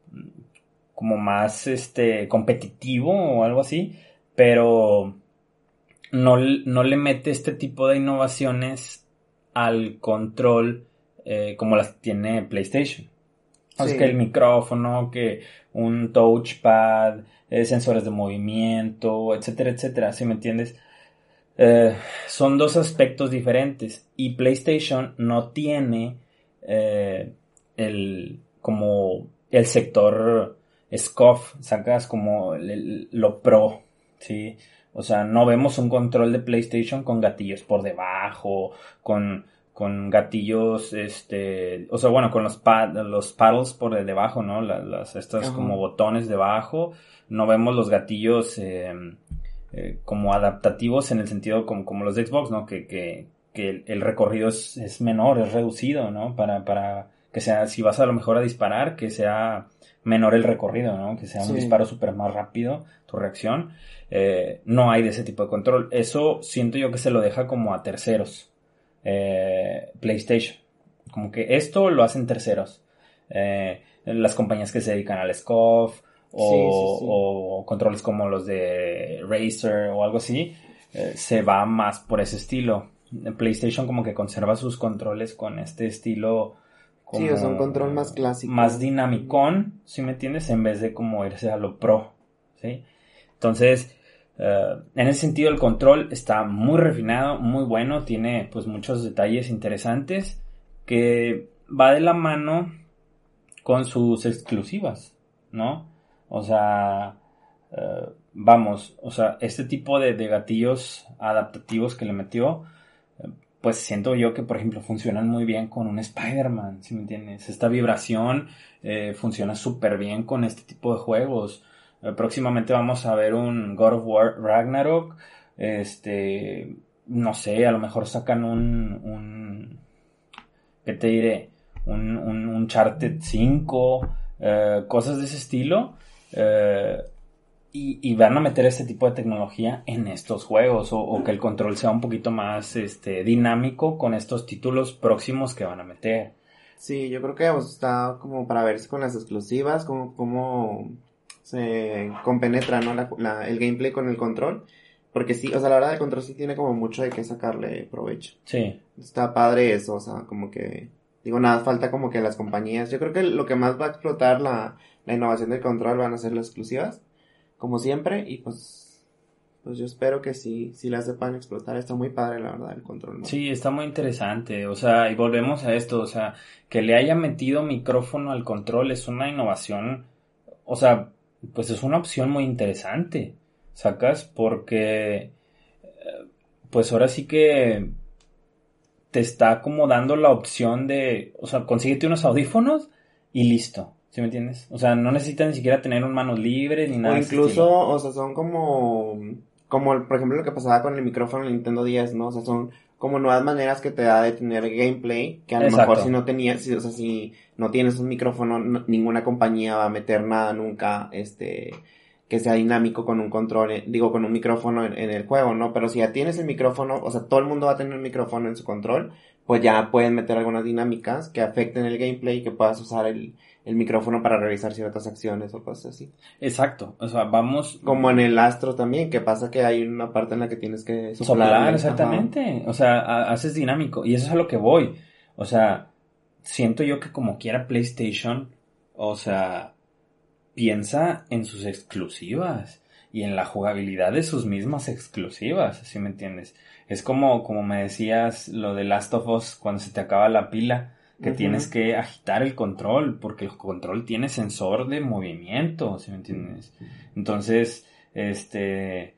como más este competitivo o algo así, pero no, no le mete este tipo de innovaciones al control eh, como las tiene PlayStation. Sí. Es que el micrófono, que un touchpad, eh, sensores de movimiento, etcétera, etcétera, ¿sí me entiendes? Eh, son dos aspectos diferentes y PlayStation no tiene eh, el como el sector S C O F, sacas como el, el, lo pro, ¿sí? O sea, no vemos un control de PlayStation con gatillos por debajo, con, con gatillos, este, o sea, bueno, con los pad, los paddles por debajo, ¿no? Las, las estas uh-huh. como botones debajo. No vemos los gatillos eh, eh, como adaptativos en el sentido como, como los de Xbox, ¿no? Que, que, que el, el recorrido es, es menor, es reducido, ¿no? Para, para que sea, si vas a lo mejor a disparar, que sea menor el recorrido, ¿no? Que sea un sí. disparo súper más rápido, tu reacción. Eh, no hay de ese tipo de control. Eso siento yo que se lo deja como a terceros. Eh, PlayStation. Como que esto lo hacen terceros. Eh, las compañías que se dedican al S C O F o, sí, sí, sí. o controles como los de Razer o algo así, eh, se va más por ese estilo. PlayStation como que conserva sus controles con este estilo como sí, o sea, un control más clásico, más dinamicón, ¿sí me entiendes? En vez de como irse a lo pro, ¿sí? Entonces, uh, en ese sentido el control está muy refinado, muy bueno, tiene pues muchos detalles interesantes que va de la mano con sus exclusivas, ¿no? O sea, uh, vamos, o sea, este tipo de, de gatillos adaptativos que le metió, pues siento yo que, por ejemplo, funcionan muy bien con un Spider-Man, ¿sí me entiendes? Esta vibración eh, funciona súper bien con este tipo de juegos. Eh, próximamente vamos a ver un God of War Ragnarok. Este, no sé, a lo mejor sacan un, un ¿qué te diré? Un, un, un Uncharted cinco, eh, cosas de ese estilo. Eh, Y, y van a meter este tipo de tecnología en estos juegos o, o que el control sea un poquito más este dinámico con estos títulos próximos que van a meter. Sí, yo creo que pues, está como para verse con las exclusivas, como, como se compenetra, ¿no? La, la, el gameplay con el control. Porque sí, o sea, la verdad el control sí tiene como mucho de qué sacarle provecho. Sí. Está padre eso, o sea, como que... Digo, nada, falta como que las compañías... Yo creo que lo que más va a explotar la, la innovación del control van a ser las exclusivas. Como siempre, y pues, pues yo espero que sí, sí la sepan explotar. Está muy padre, la verdad, el control, ¿no? Sí, está muy interesante, o sea, y volvemos a esto, o sea, que le haya metido micrófono al control es una innovación, o sea, pues es una opción muy interesante, ¿sacas? Porque, pues ahora sí que te está como dando la opción de, o sea, consíguete unos audífonos y listo. ¿Sí me entiendes? O sea, no necesitas ni siquiera tener un manos libres ni nada. O incluso, o sea, son como, como por ejemplo lo que pasaba con el micrófono del Nintendo diez, ¿no? O sea, son como nuevas maneras que te da de tener gameplay, que a lo Exacto. mejor si no tenías, si, o sea, si no tienes un micrófono, no, ninguna compañía va a meter nada nunca, este, que sea dinámico con un control, eh, digo, con un micrófono en, en el juego, ¿no? Pero si ya tienes el micrófono, o sea, todo el mundo va a tener un micrófono en su control, pues ya pueden meter algunas dinámicas que afecten el gameplay y que puedas usar el el micrófono para realizar ciertas acciones o cosas así. Exacto, o sea, vamos... Como en el Astro también, que pasa que hay una parte en la que tienes que soplar. Soplar, exactamente, ajá. O sea, a, haces dinámico, y eso es a lo que voy, o sea, siento yo que como quiera PlayStation, o sea, piensa en sus exclusivas, y en la jugabilidad de sus mismas exclusivas, ¿sí me entiendes? Es como, como me decías, lo de Last of Us, cuando se te acaba la pila, que uh-huh. tienes que agitar el control, porque el control tiene sensor de movimiento, ¿sí me entiendes? Entonces, este,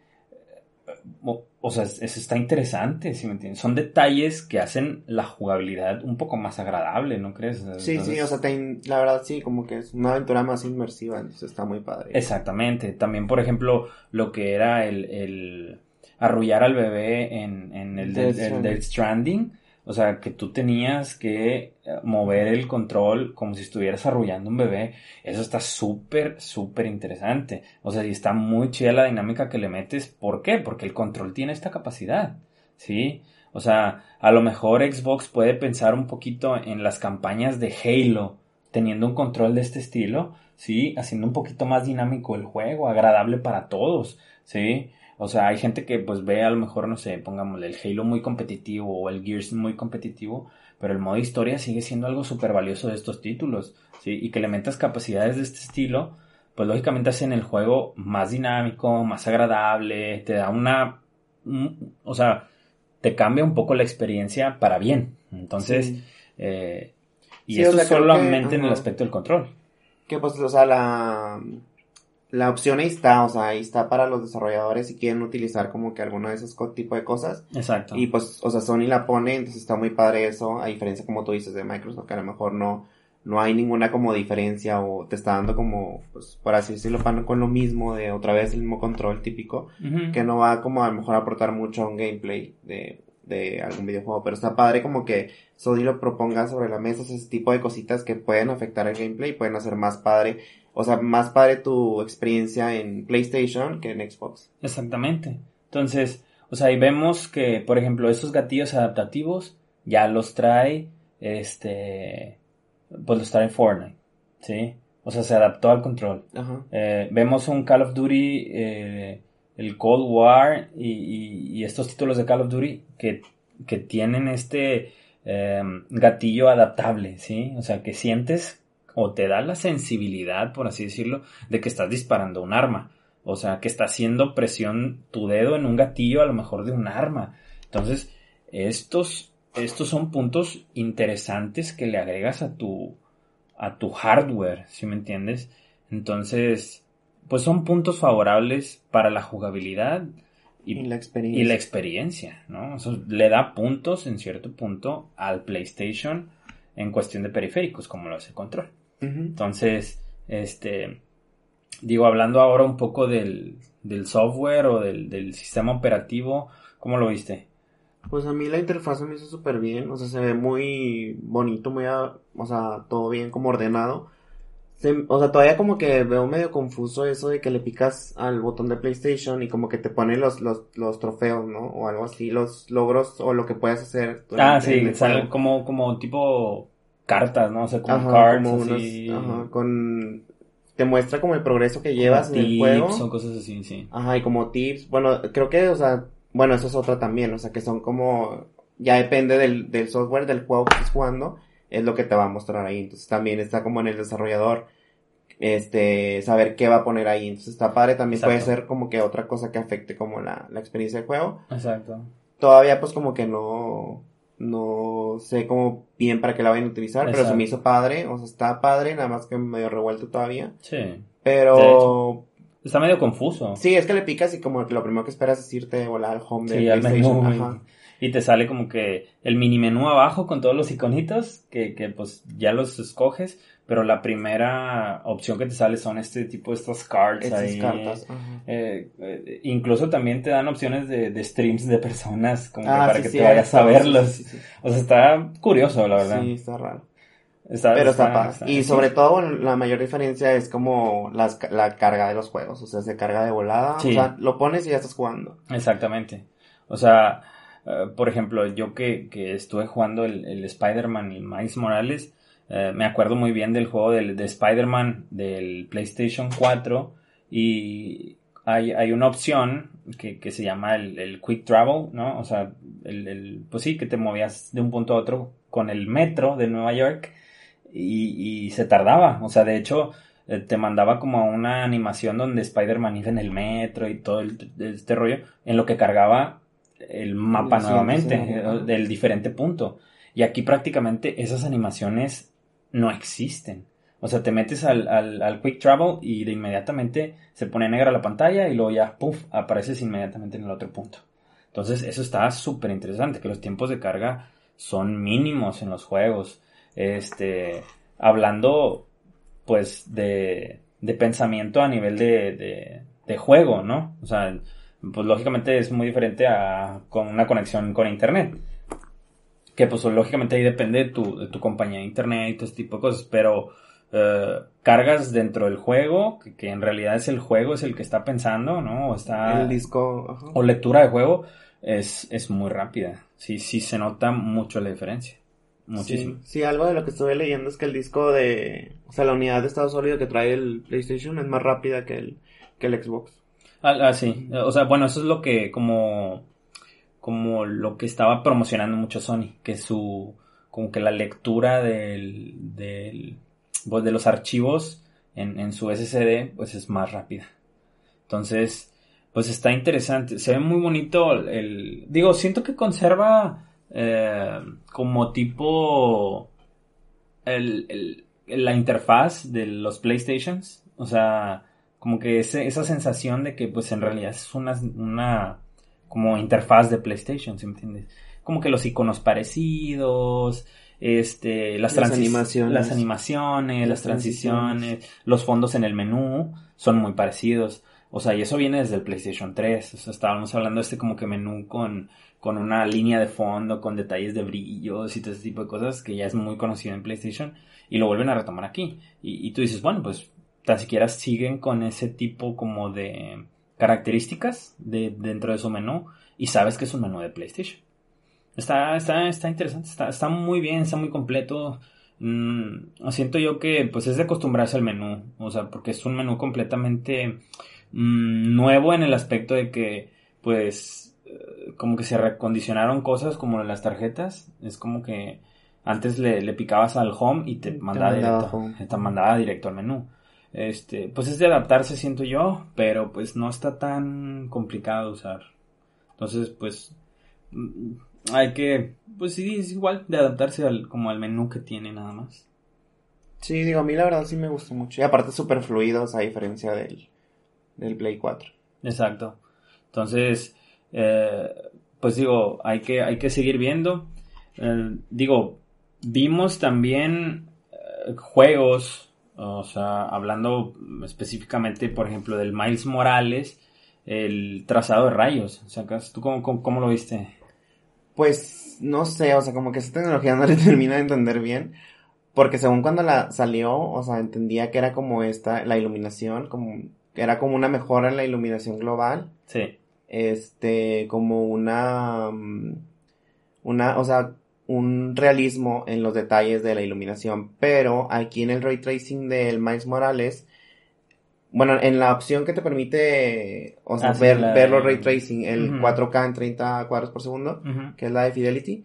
o, o sea, eso está interesante, ¿sí me entiendes? Son detalles que hacen la jugabilidad un poco más agradable, ¿no crees? Entonces, sí, sí, o sea, te, la verdad sí, como que es una aventura más inmersiva, entonces está muy padre. Exactamente, también por ejemplo, lo que era el, el arrullar al bebé en, en el Death Stranding. O sea, que tú tenías que mover el control como si estuvieras arrullando un bebé. Eso está súper, súper interesante. O sea, y está muy chida la dinámica que le metes. ¿Por qué? Porque el control tiene esta capacidad, ¿sí? O sea, a lo mejor Xbox puede pensar un poquito en las campañas de Halo, teniendo un control de este estilo, ¿sí? Haciendo un poquito más dinámico el juego, agradable para todos, ¿sí? O sea, hay gente que pues ve a lo mejor, no sé, pongámosle el Halo muy competitivo o el Gears muy competitivo, pero el modo historia sigue siendo algo súper valioso de estos títulos, ¿sí? Y que le metas capacidades de este estilo, pues lógicamente hacen el juego más dinámico, más agradable, te da una... Un, o sea, te cambia un poco la experiencia para bien. Entonces, sí. eh, y sí, eso o sea, solamente que, en el aspecto del control. Que pues, o sea, la... La opción ahí está, o sea, ahí está para los desarrolladores si quieren utilizar como que alguno de esos tipo de cosas. Exacto. Y pues, o sea, Sony la pone, entonces está muy padre eso, a diferencia como tú dices de Microsoft, que a lo mejor no, no hay ninguna como diferencia o te está dando como, pues, por así decirlo, con lo mismo de otra vez el mismo control típico, uh-huh. que no va como a lo mejor a aportar mucho a un gameplay de, de algún videojuego, pero está padre como que Sony lo proponga sobre la mesa, ese tipo de cositas que pueden afectar el gameplay, pueden hacer más padre. O sea, más padre tu experiencia en PlayStation que en Xbox. Exactamente. Entonces, o sea, ahí vemos que, por ejemplo, esos gatillos adaptativos ya los trae, este, pues los trae Fortnite, ¿sí? O sea, se adaptó al control. Ajá. Eh, vemos un Call of Duty, eh, el Cold War y, y, y estos títulos de Call of Duty que, que tienen este eh, gatillo adaptable, ¿sí? O sea, que sientes o te da la sensibilidad, por así decirlo, de que estás disparando un arma. O sea, que está haciendo presión tu dedo en un gatillo a lo mejor de un arma. Entonces, estos, estos son puntos interesantes que le agregas a tu, a tu hardware, ¿sí me entiendes? Entonces, pues son puntos favorables para la jugabilidad y, y la experiencia, y la experiencia, ¿no? Eso le da puntos en cierto punto al PlayStation en cuestión de periféricos, como lo hace el control. Uh-huh. Entonces, este, digo, hablando ahora un poco del, del software o del, del sistema operativo, ¿cómo lo viste? Pues a mí la interfaz me hizo súper bien, o sea, se ve muy bonito, muy, a, o sea, todo bien como ordenado. Se, o sea, todavía como que veo medio confuso eso de que le picas al botón de PlayStation y como que te pone los, los, los trofeos, ¿no? O algo así, los logros o lo que puedes hacer. Ah, sí, salen como, como tipo cartas, ¿no? O sea, como ajá, cards, como así. Unos, ajá, con... Te muestra como el progreso que llevas como en tips, el juego. Son cosas así, sí. Ajá, y como tips. Bueno, creo que, o sea, bueno, eso es otra también, o sea, que son como... Ya depende del, del software del juego que estés jugando, es lo que te va a mostrar ahí. Entonces también está como en el desarrollador, este, saber qué va a poner ahí. Entonces está padre, también Exacto. puede ser como que otra cosa que afecte como la, la experiencia del juego. Exacto. Todavía pues como que no... No sé cómo bien para qué la vayan a utilizar, Exacto. pero se me hizo padre, o sea, está padre, nada más que medio revuelto todavía. Sí. Pero... Está medio confuso. Sí, es que le picas y como que lo primero que esperas es irte a volar al home de sí, PlayStation. Al menú, Ajá. Y te sale como que el mini menú abajo con todos los iconitos que, que pues ya los escoges, pero la primera opción que te sale son este tipo de estos cards Estas ahí. cartas. Eh, eh, incluso también te dan opciones de, de streams de personas como ah, que para sí, que sí, te vayas a verlos. Sí, sí, sí. O sea, está curioso, la verdad. Sí, está raro. Está, pero está, está padre. Está, y sí. sobre todo, bueno, la mayor diferencia es como las, la carga de los juegos. O sea, se carga de volada. Sí. O sea, lo pones y ya estás jugando. Exactamente. O sea, uh, por ejemplo, yo que, que estuve jugando el, el Spider-Man y Miles Morales, uh, me acuerdo muy bien del juego del, de Spider-Man del PlayStation cuatro y hay, hay una opción que, que se llama el, el Quick Travel, ¿no? O sea, el, el, pues sí, que te movías de un punto a otro con el metro de Nueva York. Y, y se tardaba, o sea, de hecho, eh, te mandaba como una animación donde Spider-Man iba en el metro y todo el, este rollo, en lo que cargaba el mapa sí, nuevamente, sí, sí. eh, del diferente punto. Y aquí prácticamente esas animaciones no existen. O sea, te metes al, al, al Quick Travel y de inmediatamente se pone negra la pantalla y luego ya, puff, apareces inmediatamente en el otro punto. Entonces, eso está súper interesante, que los tiempos de carga son mínimos en los juegos. Este, hablando pues de, de pensamiento a nivel de, de, de juego, ¿no? O sea, pues lógicamente es muy diferente a con una conexión con internet. que pues lógicamente ahí depende de tu, de tu compañía de internet y todo ese tipo de cosas, pero eh, cargas dentro del juego, que, que en realidad es el juego, es el que está pensando, ¿no? O está... El disco... Ajá. O lectura de juego, es, es muy rápida. Sí, sí se nota mucho la diferencia. Muchísimo. Sí, sí, algo de lo que estuve leyendo es que el disco de... O sea, la unidad de estado sólido que trae el PlayStation es más rápida que el, que el Xbox. Ah, ah, sí. O sea, bueno, eso es lo que como... como lo que estaba promocionando mucho Sony, que su, como que la lectura del, del, pues de los archivos en, en su S S D, pues es más rápida. Entonces, pues está interesante, se ve muy bonito el, digo, siento que conserva eh, como tipo el, el, la interfaz de los PlayStations, o sea, como que ese, esa sensación de que pues en realidad es una, una como interfaz de PlayStation, ¿sí me entiendes? Como que los iconos parecidos, este, las, Las transi- animaciones. las animaciones, las, Las transiciones, transiciones. los fondos en el menú son muy parecidos. O sea, y eso viene desde el PlayStation tres. O sea, estábamos hablando de este como que menú con, con una línea de fondo, con detalles de brillos y todo ese tipo de cosas que ya es muy conocido en PlayStation y lo vuelven a retomar aquí. Y, y tú dices, bueno, pues tan siquiera siguen con ese tipo como de características de, dentro de su menú y sabes que es un menú de PlayStation. Está, está, está interesante, está, está muy bien, está muy completo. Mm, siento yo que pues es de acostumbrarse al menú, o sea, porque es un menú completamente mm, nuevo en el aspecto de que pues eh, como que se recondicionaron cosas como las tarjetas. Es como que antes le, le picabas al home y te Te mandaba mandaba directo, home. te mandaba directo al menú. Este, pues es de adaptarse, siento yo, pero pues no está tan complicado de usar. Entonces, pues mm, hay que, pues sí, es igual de adaptarse al, como al menú que tiene nada más. Sí, digo, a mí la verdad sí me gustó mucho. Y aparte súper fluidos a diferencia del, del Play cuatro. Exacto. Entonces, eh, pues digo, hay que, hay que seguir viendo. Eh, digo, vimos también eh, juegos, o sea, hablando específicamente, por ejemplo, del Miles Morales, el trazado de rayos. O sea, ¿tú cómo, cómo, cómo lo viste? Pues, no sé, o sea, como que esa tecnología no le termina de entender bien. Porque según cuando la salió, o sea, entendía que era como esta, la iluminación, como, era como una mejora en la iluminación global. Sí. Este, como una, mm, una, o sea, un realismo en los detalles de la iluminación. Pero aquí en el ray tracing del Miles Morales, bueno, en la opción que te permite, o sea, Ah, sí, ver, la ver los de- ray tracing, el Ujú. cuatro K en treinta cuadros por segundo, Ujú. que es la de Fidelity,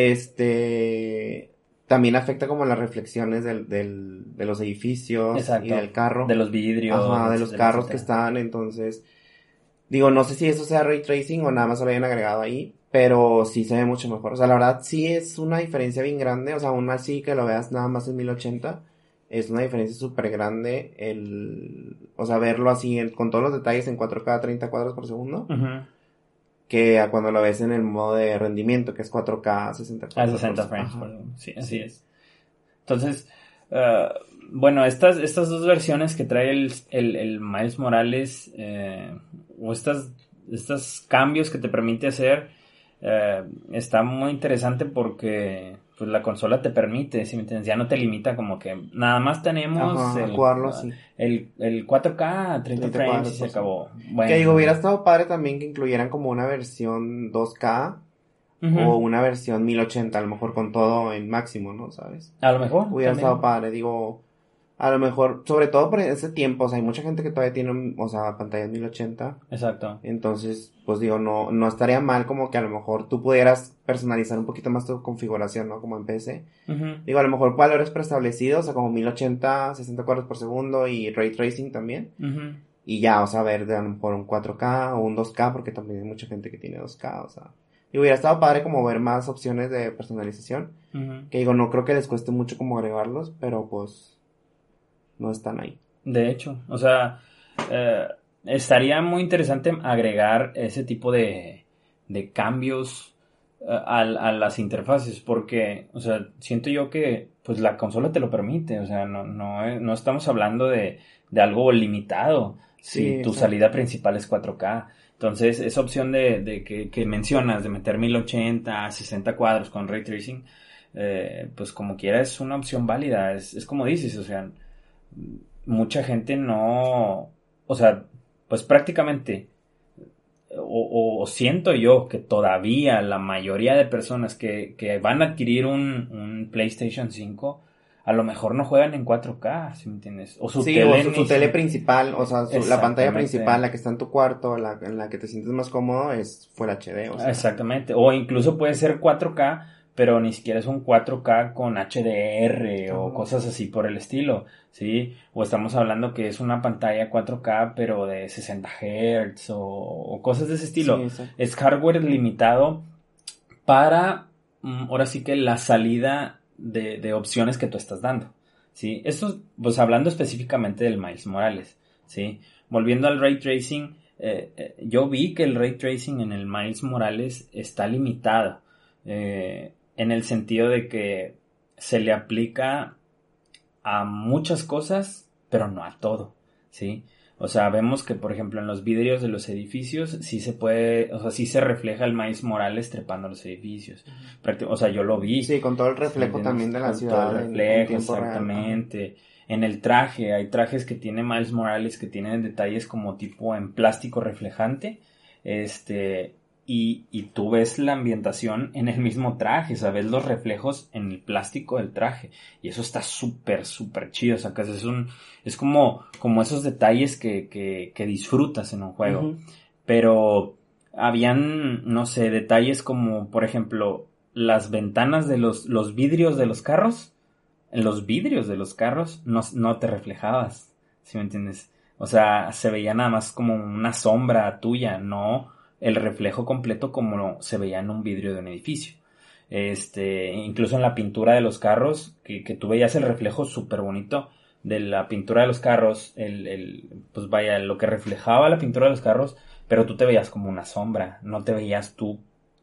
este, también afecta como las reflexiones del, del, de los edificios Exacto. y del carro. De los vidrios. Ajá, de los etcétera, carros que etcétera. están, entonces, digo, no sé si eso sea ray tracing o nada más lo hayan agregado ahí, pero sí se ve mucho mejor. O sea, la verdad sí es una diferencia bien grande, o sea, aún así que lo veas nada más en mil ochenta, es una diferencia súper grande el, o sea, verlo así en- con todos los detalles en cuatro K a treinta cuadros por segundo, Ujú. que a cuando lo ves en el modo de rendimiento, que es cuatro K a sesenta A cuadros sesenta por frames Ajá. por segundo. Sí, así Sí. es. Entonces, eh, bueno, estas, estas dos versiones que trae el, el, el Miles Morales, eh, o estas, estos cambios que te permite hacer, eh, está muy interesante porque pues la consola te permite, si me entiendes, ya no te limita como que nada más tenemos Ajá, el, jugarlo así. el, el cuatro K a treinta treinta frames cuadros y se por segundo. acabó. Bueno, Que digo, hubiera estado padre también que incluyeran como una versión dos K ujú. o una versión mil ochenta, a lo mejor con todo en máximo, ¿no? ¿Sabes? A lo mejor Hubiera también. estado padre, digo, a lo mejor, sobre todo por ese tiempo, o sea, hay mucha gente que todavía tiene, o sea, pantallas mil ochenta, Exacto. entonces, pues digo, no, no estaría mal como que a lo mejor tú pudieras personalizar un poquito más tu configuración, ¿no? Como en P C. Ujú. Digo, a lo mejor valores preestablecidos, o sea, como mil ochenta, sesenta cuadros por segundo y ray tracing también. Ujú. Y ya, o sea, ver de a lo mejor un cuatro K o un dos K, porque también hay mucha gente que tiene dos K, o sea. Y hubiera estado padre como ver más opciones de personalización. Ujú. Que digo, no creo que les cueste mucho como agregarlos, pero pues no están ahí. De hecho, o sea, eh, estaría muy interesante agregar ese tipo de, de cambios eh, a, a las interfaces, porque, o sea, siento yo que pues la consola te lo permite, o sea, no, no, eh, no estamos hablando de, de algo limitado. Sí, Si tu exacto. salida principal es cuatro K Entonces, esa opción de, de que, que mencionas, de meter mil ochenta, sesenta cuadros con Ray Tracing, eh, pues como quiera es una opción válida. Es, es como dices, o sea, mucha gente no... O sea, pues prácticamente... O, o siento yo que todavía la mayoría de personas que, que van a adquirir un, un PlayStation cinco... A lo mejor no juegan en cuatro K, ¿sí me entiendes? O su sí, tele, o su, su ni tele si... principal, o sea, su, la pantalla principal, la que está en tu cuarto, la en la que te sientes más cómodo, es Full H D, o sea. Exactamente, o incluso puede ser cuatro K, pero ni siquiera es un cuatro K con H D R o Ajá. cosas así por el estilo, ¿sí? O estamos hablando que es una pantalla cuatro K, pero de sesenta hertz o, o cosas de ese estilo. Sí, es hardware limitado para, mm, ahora sí que la salida de, de opciones que tú estás dando, ¿sí? Esto, pues hablando específicamente del Miles Morales, ¿sí? Volviendo al Ray Tracing, eh, eh, yo vi que el Ray Tracing en el Miles Morales está limitado, eh, en el sentido de que se le aplica a muchas cosas, pero no a todo, ¿sí? O sea, vemos que, por ejemplo, en los vidrios de los edificios sí se puede, o sea, sí se refleja el Miles Morales trepando los edificios. Prácti- o sea, yo lo vi. Sí, con todo el reflejo ¿Sí también de la Con ciudad. todo el en- reflejo, en tiempo real. exactamente. En el traje, hay trajes que tiene Miles Morales que tienen detalles como tipo en plástico reflejante. Este, y, y tú ves la ambientación en el mismo traje, o sea, ves los reflejos en el plástico del traje. Y eso está súper, súper chido. O sea, que es un, es como, como esos detalles que, que, que disfrutas en un juego. Ujú. Pero habían, no sé, detalles como, por ejemplo, las ventanas de los, los vidrios de los carros. En los vidrios de los carros no, no te reflejabas, ¿sí me entiendes? O sea, se veía nada más como una sombra tuya, no el reflejo completo como se veía en un vidrio de un edificio. Este, incluso en la pintura de los carros, que, que tú veías el reflejo súper bonito de la pintura de los carros, el, el, pues vaya, lo que reflejaba la pintura de los carros, pero tú te veías como una sombra, no te veías tú,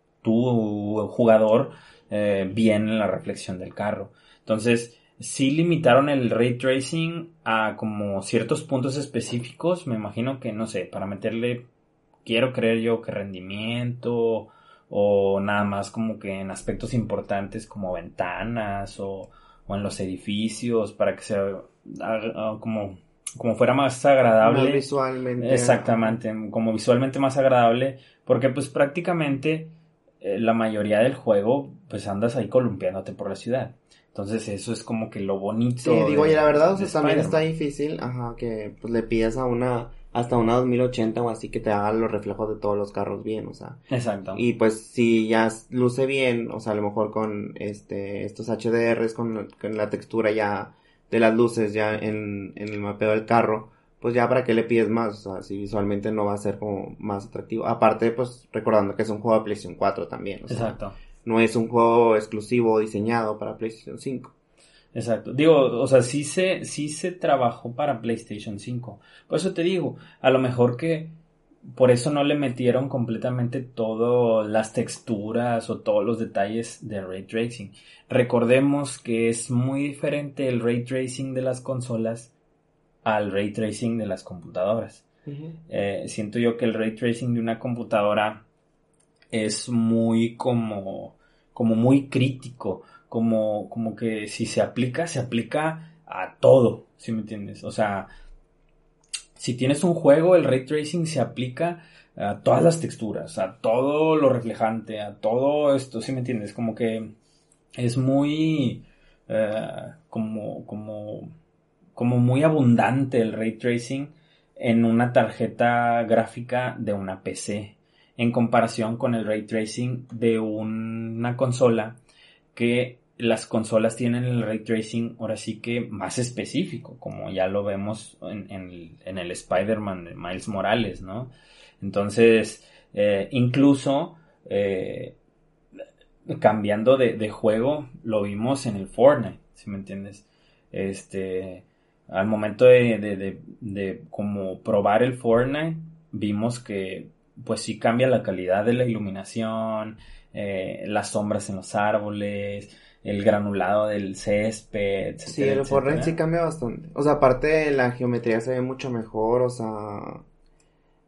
tú jugador, eh, bien en la reflexión del carro. Entonces, sí limitaron el ray tracing a como ciertos puntos específicos, me imagino que, no sé, para meterle, quiero creer yo que rendimiento o nada más como que en aspectos importantes como ventanas o, o en los edificios para que sea haga, como, como fuera más agradable. Más visualmente. Exactamente, como visualmente más agradable, porque pues prácticamente eh, la mayoría del juego pues andas ahí columpiándote por la ciudad. Entonces eso es como que lo bonito. Sí, digo, de, y la verdad, o de sea, también está Spider-Man. difícil, ajá, que pues le pidas a una, hasta una dos mil ochenta o así que te haga los reflejos de todos los carros bien, o sea. Exacto. Y pues si ya luce bien, o sea, a lo mejor con este, estos H D Rs, con, con la textura ya de las luces ya en, en el mapeo del carro, pues ya para qué le pides más, o sea, si visualmente no va a ser como más atractivo. Aparte, pues recordando que es un juego de PlayStation cuatro también, o sea. Exacto. No es un juego exclusivo diseñado para PlayStation cinco. Exacto. Digo, o sea, sí se, sí se trabajó para PlayStation cinco. Por eso te digo, a lo mejor que por eso no le metieron completamente todas las texturas o todos los detalles de Ray Tracing. Recordemos que es muy diferente el Ray Tracing de las consolas al Ray Tracing de las computadoras. Uh-huh. Eh, siento yo que el Ray Tracing de una computadora es muy como, como muy crítico, como, como que si se aplica, se aplica a todo, ¿sí me entiendes? O sea, si tienes un juego, el Ray Tracing se aplica a todas las texturas, a todo lo reflejante, a todo esto, ¿sí me entiendes? Como que es muy, eh, como, como, como muy abundante el Ray Tracing en una tarjeta gráfica de una P C, en comparación con el Ray Tracing de una consola, que las consolas tienen el Ray Tracing ahora sí que más específico, como ya lo vemos en, en, el, en el Spider-Man de Miles Morales, ¿no? Entonces, eh, incluso eh, cambiando de, de juego, lo vimos en el Fortnite, ¿sí me entiendes? Este, al momento de, de, de, de como probar el Fortnite, vimos que pues sí cambia la calidad de la iluminación, eh, las sombras en los árboles, el granulado del césped, etcétera, Sí, el Fortnite etcétera. sí cambia bastante. O sea, aparte la geometría se ve mucho mejor, o sea,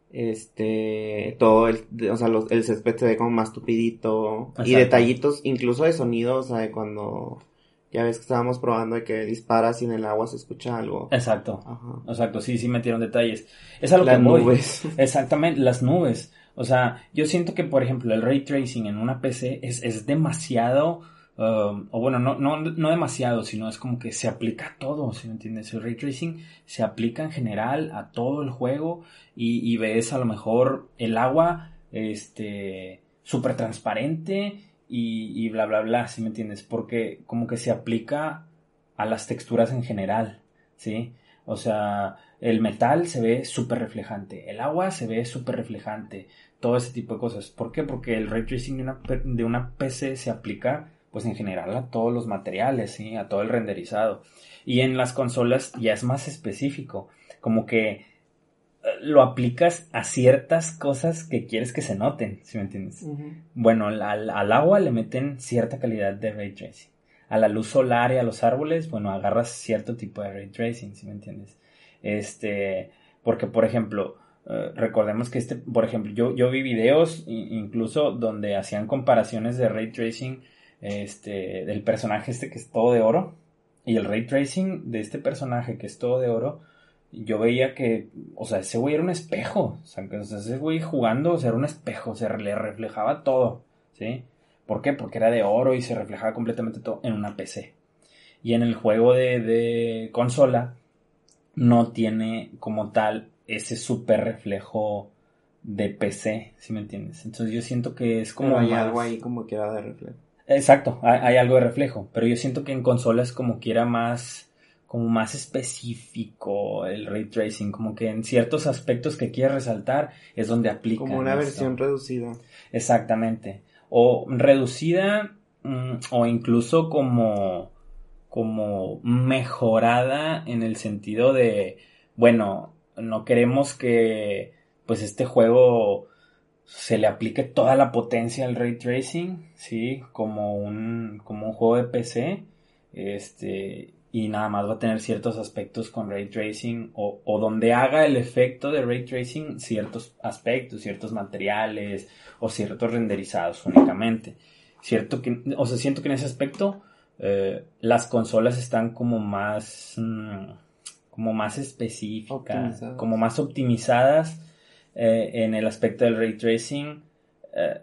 este, todo el, o sea, los, el césped se ve como más tupidito. Exacto. Y detallitos, incluso de sonido, o sea, de cuando, ya ves que estábamos probando de que disparas y en el agua se escucha algo. Exacto. Ajá. Exacto, sí, sí metieron detalles. Es a lo Las que voy. nubes. Exactamente, las nubes. O sea, yo siento que, por ejemplo, el ray tracing en una P C es, es demasiado, um, o bueno, no, no, no demasiado, sino es como que se aplica a todo, ¿sí me entiendes? El ray tracing se aplica en general a todo el juego y, y ves a lo mejor el agua, este, súper transparente y, y bla, bla, bla, ¿sí me entiendes? Porque como que se aplica a las texturas en general, ¿sí? O sea, el metal se ve súper reflejante, el agua se ve súper reflejante, todo ese tipo de cosas. ¿Por qué? Porque el ray tracing de una, de una P C se aplica, pues en general, a todos los materiales, ¿sí? A todo el renderizado. Y en las consolas ya es más específico, como que lo aplicas a ciertas cosas que quieres que se noten, ¿sí me entiendes? Uh-huh. Bueno, al, al agua le meten cierta calidad de ray tracing. A la luz solar y a los árboles, bueno, agarras cierto tipo de ray tracing, ¿sí me entiendes? Este, porque, por ejemplo, uh, recordemos que este, por ejemplo, yo, yo vi videos incluso donde hacían comparaciones de ray tracing, este, del personaje este que es todo de oro, y el ray tracing de este personaje que es todo de oro, yo veía que, o sea, ese güey era un espejo, o sea, que, o sea ese güey jugando, o sea, era un espejo, o sea, le reflejaba todo, ¿sí? ¿Por qué? Porque era de oro y se reflejaba completamente todo en una P C. Y en el juego de, de consola no tiene como tal ese super reflejo de P C, ¿sí me entiendes? Entonces yo siento que es como pero hay más... algo ahí como que era de reflejo. Exacto, hay, hay algo de reflejo, pero yo siento que en consolas como que era más, como más específico el ray tracing, como que en ciertos aspectos que quieres resaltar es donde aplica. Como una esto. Versión reducida. Exactamente. O reducida mmm, o incluso como, como mejorada en el sentido de, bueno, no queremos que pues este juego se le aplique toda la potencia al ray tracing, sí, como un, como un juego de P C, este, y nada más va a tener ciertos aspectos con ray tracing o, o donde haga el efecto de ray tracing ciertos aspectos, ciertos materiales o ciertos renderizados únicamente. Cierto que, o sea, siento que en ese aspecto eh, las consolas están como más, mmm, como más específicas, como más optimizadas eh, en el aspecto del ray tracing. Eh,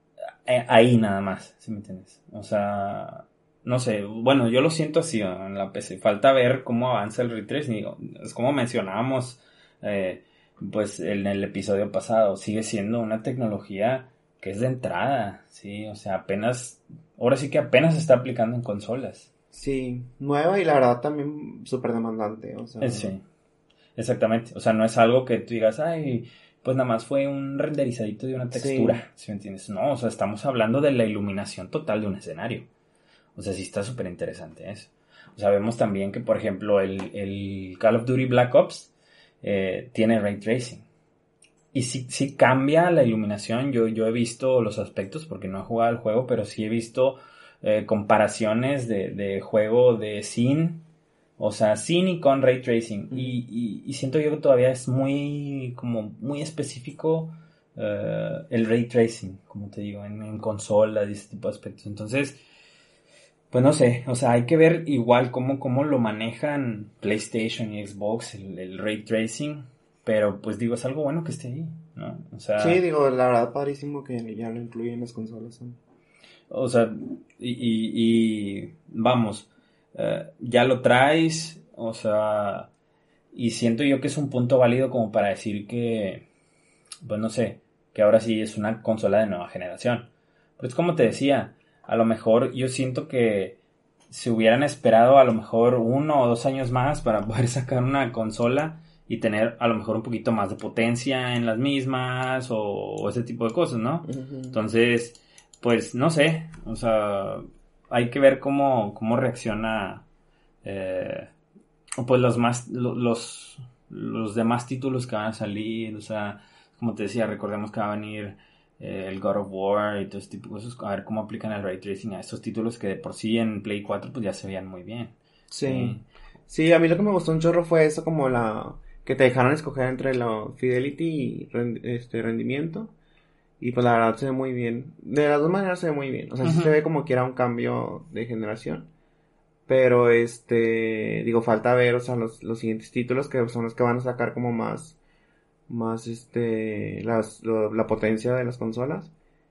eh, ahí nada más, ¿sí me entiendes? O sea, no sé, bueno, yo lo siento así en la P C. Falta ver cómo avanza el ray tracing. Es como mencionábamos eh, pues en el episodio pasado, sigue siendo una tecnología que es de entrada, sí, o sea, apenas, ahora sí que apenas se está aplicando en consolas. Sí, nueva y la verdad también súper demandante, o sea. Sí, exactamente, o sea, no es algo que tú digas, ay, pues nada más fue un renderizadito de una textura, ¿sí, ¿sí me entiendes? No, o sea, estamos hablando de la iluminación total de un escenario, o sea, sí está súper interesante eso. O sea, vemos también que, por ejemplo, el, el Call of Duty Black Ops eh, tiene ray tracing. Y sí, sí cambia la iluminación. Yo, yo he visto los aspectos porque no he jugado el juego, pero sí he visto eh, comparaciones de, de juego de sin, o sea, sin y con ray tracing. Mm. Y, y, y siento yo que todavía es muy, como muy específico uh, el ray tracing, como te digo, en, en consolas y ese tipo de aspectos. Entonces, pues no sé, o sea, hay que ver igual cómo, cómo lo manejan PlayStation y Xbox, el, el ray tracing. Pero, pues, digo, es algo bueno que esté ahí, ¿no? O sea... Sí, digo, la verdad, padrísimo que ya lo incluyen las consolas, ¿no? O sea, y, y, y vamos, uh, ya lo traes, o sea, y siento yo que es un punto válido como para decir que, pues, no sé, que ahora sí es una consola de nueva generación. Pues, como te decía, a lo mejor yo siento que se hubieran esperado a lo mejor uno o dos años más para poder sacar una consola y tener a lo mejor un poquito más de potencia en las mismas o, o ese tipo de cosas, ¿no? Uh-huh. Entonces, pues no sé, o sea, hay que ver cómo, cómo reacciona eh, pues los más los, los demás títulos que van a salir, o sea, como te decía, recordemos que va a venir eh, el God of War y todo ese tipo de cosas, a ver cómo aplican el ray tracing a estos títulos que de por sí en Play cuatro pues ya se veían muy bien. Sí, sí, sí, a mí lo que me gustó un chorro fue eso, como la que te dejaron escoger entre la Fidelity y rend- este rendimiento. Y pues la verdad se ve muy bien. De las dos maneras se ve muy bien. O sea, uh-huh. sí se ve como que era un cambio de generación. Pero este, digo, falta ver, o sea, los, los siguientes títulos que son los que van a sacar como más, más este, las, lo, la potencia de las consolas.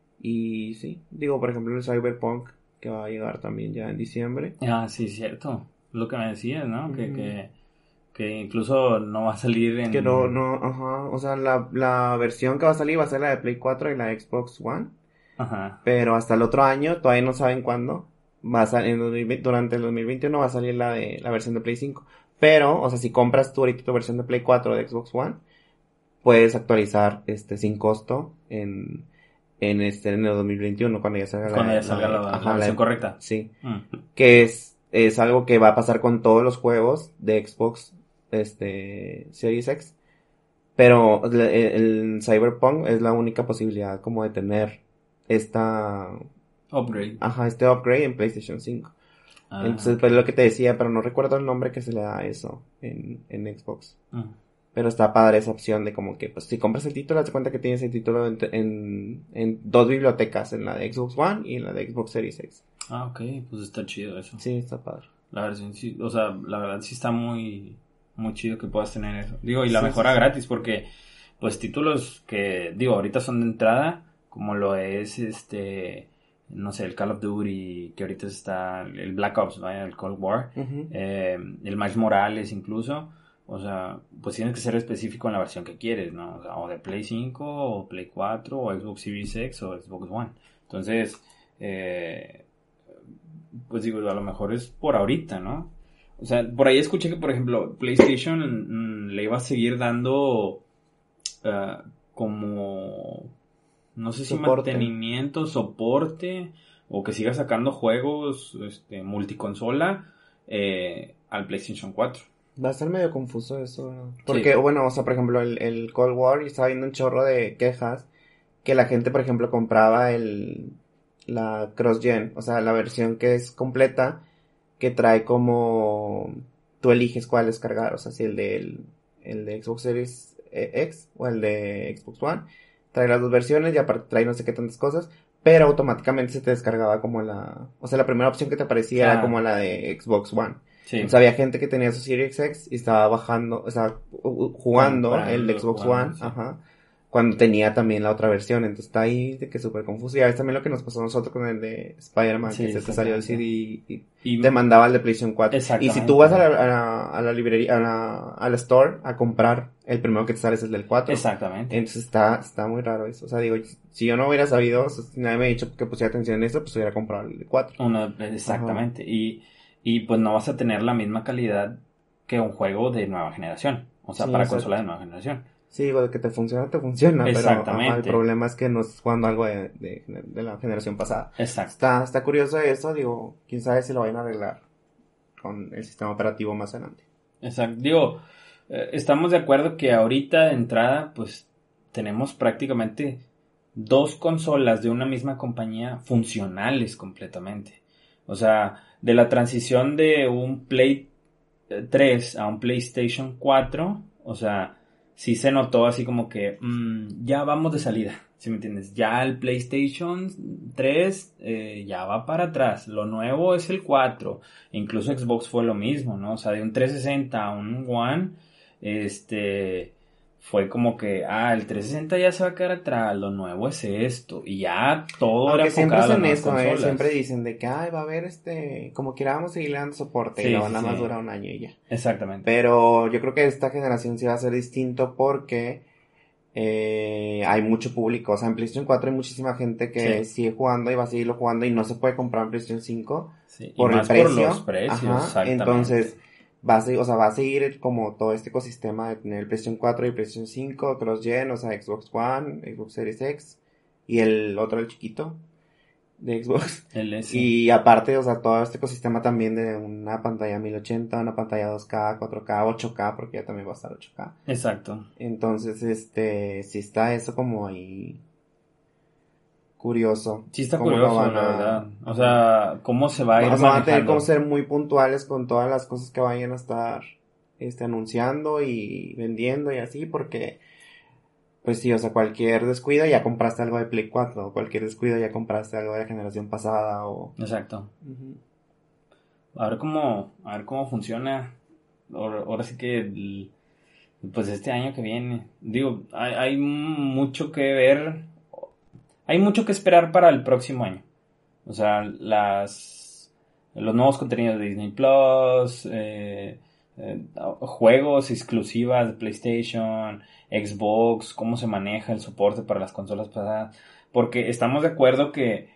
Y sí, digo, por ejemplo, el Cyberpunk, que va a llegar también ya en diciembre. Ah, sí, cierto. Lo que me decías, ¿no? Uh-huh. Que, que, que incluso no va a salir en... Que no, no, ajá, o sea, la, la versión que va a salir va a ser la de Play cuatro y la Xbox One. Ajá. Pero hasta el otro año, todavía no saben cuándo. Va a salir, en durante el dos mil veintiuno va a salir la de la versión de Play cinco. Pero, o sea, si compras tú ahorita tu versión de Play cuatro de Xbox One, puedes actualizar este sin costo en, en este en el dos mil veintiuno cuando ya salga cuando la, ya salga la, la, ajá, la versión la, correcta. Sí. Mm. Que es, es algo que va a pasar con todos los juegos de Xbox este Series X. Pero el, el Cyberpunk es la única posibilidad como de tener esta upgrade. Ajá, este upgrade en PlayStation cinco. Ah, Entonces, okay. pues lo que te decía, pero no recuerdo el nombre que se le da a eso en, en Xbox. Uh-huh. Pero está padre esa opción de como que, pues si compras el título, haz de cuenta que tienes el título en, en, en dos bibliotecas, en la de Xbox One y en la de Xbox Series X. Ah, ok, pues está chido eso. Sí, está padre. La versión sí, o sea, la verdad sí está muy, muy chido que puedas tener eso. Digo, y la sí, mejora sí, sí. gratis porque, pues títulos que, digo, ahorita son de entrada, como lo es este... no sé, el Call of Duty, que ahorita está el Black Ops, ¿vale? El Cold War, uh-huh. eh, el Miles Morales incluso, o sea, pues tienes que ser específico en la versión que quieres, ¿no? O sea, o de Play cinco, o Play cuatro, o Xbox Series X, o Xbox One. Entonces, eh, pues digo, a lo mejor es por ahorita, ¿no? O sea, por ahí escuché que, por ejemplo, PlayStation mm, le iba a seguir dando uh, como... no sé si soporte. mantenimiento, soporte, o que siga sacando juegos este, multiconsola eh, al PlayStation cuatro. Va a ser medio confuso eso, ¿no? Porque, sí. bueno, o sea, por ejemplo, el, el Cold War, y estaba viendo un chorro de quejas que la gente, por ejemplo, compraba el la cross-gen, o sea, la versión que es completa, que trae como... tú eliges cuál descargar, o sea, si el de, el, el de Xbox Series X o el de Xbox One. Trae las dos versiones y aparte trae no sé qué tantas cosas, pero automáticamente se te descargaba como la... o sea, la primera opción que te aparecía ah. era como la de Xbox One. Sí. Entonces había gente que tenía su Series X y estaba bajando, o sea, jugando bueno, el de Xbox jugando, One, sí. ajá, cuando tenía también la otra versión. Entonces está ahí de que súper confuso. Y a veces también lo que nos pasó a nosotros con el de Spider-Man, sí, que se te salió el C D y, y te mandaba el de PlayStation cuatro. Y si tú vas a la, a la, a la librería, a la, a la store a comprar, el primero que te sale es el del cuatro. Exactamente. Entonces está, está muy raro eso. O sea, digo, si yo no hubiera sabido, si nadie me ha dicho que pusiera atención en eso, pues hubiera comprado el de cuatro. Uno, exactamente. Ajá. Y, y pues no vas a tener la misma calidad que un juego de nueva generación. O sea, sí, para consolas de nueva generación. Sí, digo, de que te funciona, te funciona. Exactamente. Pero ajá, el problema es que no estás jugando algo de, de, de la generación pasada. Exacto. Está, está curioso eso, digo, quién sabe si lo vayan a arreglar con el sistema operativo más adelante. Exacto. Digo, eh, estamos de acuerdo que ahorita de entrada, pues, tenemos prácticamente dos consolas de una misma compañía funcionales completamente. O sea, de la transición de un Play tres a un PlayStation cuatro, o sea, sí se notó así como que mmm, ya vamos de salida, ¿sí me entiendes? Ya el PlayStation tres eh, ya va para atrás, lo nuevo es el cuatro, incluso Xbox fue lo mismo, ¿no? O sea, de un trescientos sesenta a un One, este... fue como que, ah, el trescientos sesenta ya se va a quedar atrás, lo nuevo es esto, y ya todo Aunque era siempre enfocado hacen a las eso, consolas. eh, siempre dicen de que, ay, va a haber este, como quiera vamos a seguirle dando soporte, sí, y luego sí, nada más sí. dura un año y ya. Exactamente. Pero yo creo que esta generación sí va a ser distinto porque eh, hay mucho público, o sea, en PlayStation cuatro hay muchísima gente que sí. sigue jugando y va a seguirlo jugando y no se puede comprar en PlayStation cinco sí. por y el más precio. por los precios, Ajá, exactamente. Entonces... va a seguir, o sea, va a seguir como todo este ecosistema de tener el PlayStation cuatro y PlayStation cinco, cross-gen, o sea, Xbox One, Xbox Series X, y el otro, el chiquito, de Xbox. El S. Y aparte, o sea, todo este ecosistema también de una pantalla mil ochenta, una pantalla dos K, cuatro K, ocho K, porque ya también va a estar ocho K. Exacto. Entonces, este, sí está eso como ahí... curioso. Sí está curioso, a... la verdad. O sea, cómo se va a ir o sea, manejando. van a tener como ser muy puntuales con todas las cosas que vayan a estar este, anunciando y vendiendo y así, porque, pues sí, o sea, cualquier descuido ya compraste algo de Play cuatro, o cualquier descuido ya compraste algo de la generación pasada, o... Exacto. Uh-huh. A ver cómo, a ver cómo funciona. Ahora, ahora sí que, el, pues este año que viene, digo, hay, hay mucho que ver, hay mucho que esperar para el próximo año. O sea, las, los nuevos contenidos de Disney Plus, eh, eh, juegos exclusivas de PlayStation, Xbox, cómo se maneja el soporte para las consolas pasadas, porque estamos de acuerdo que,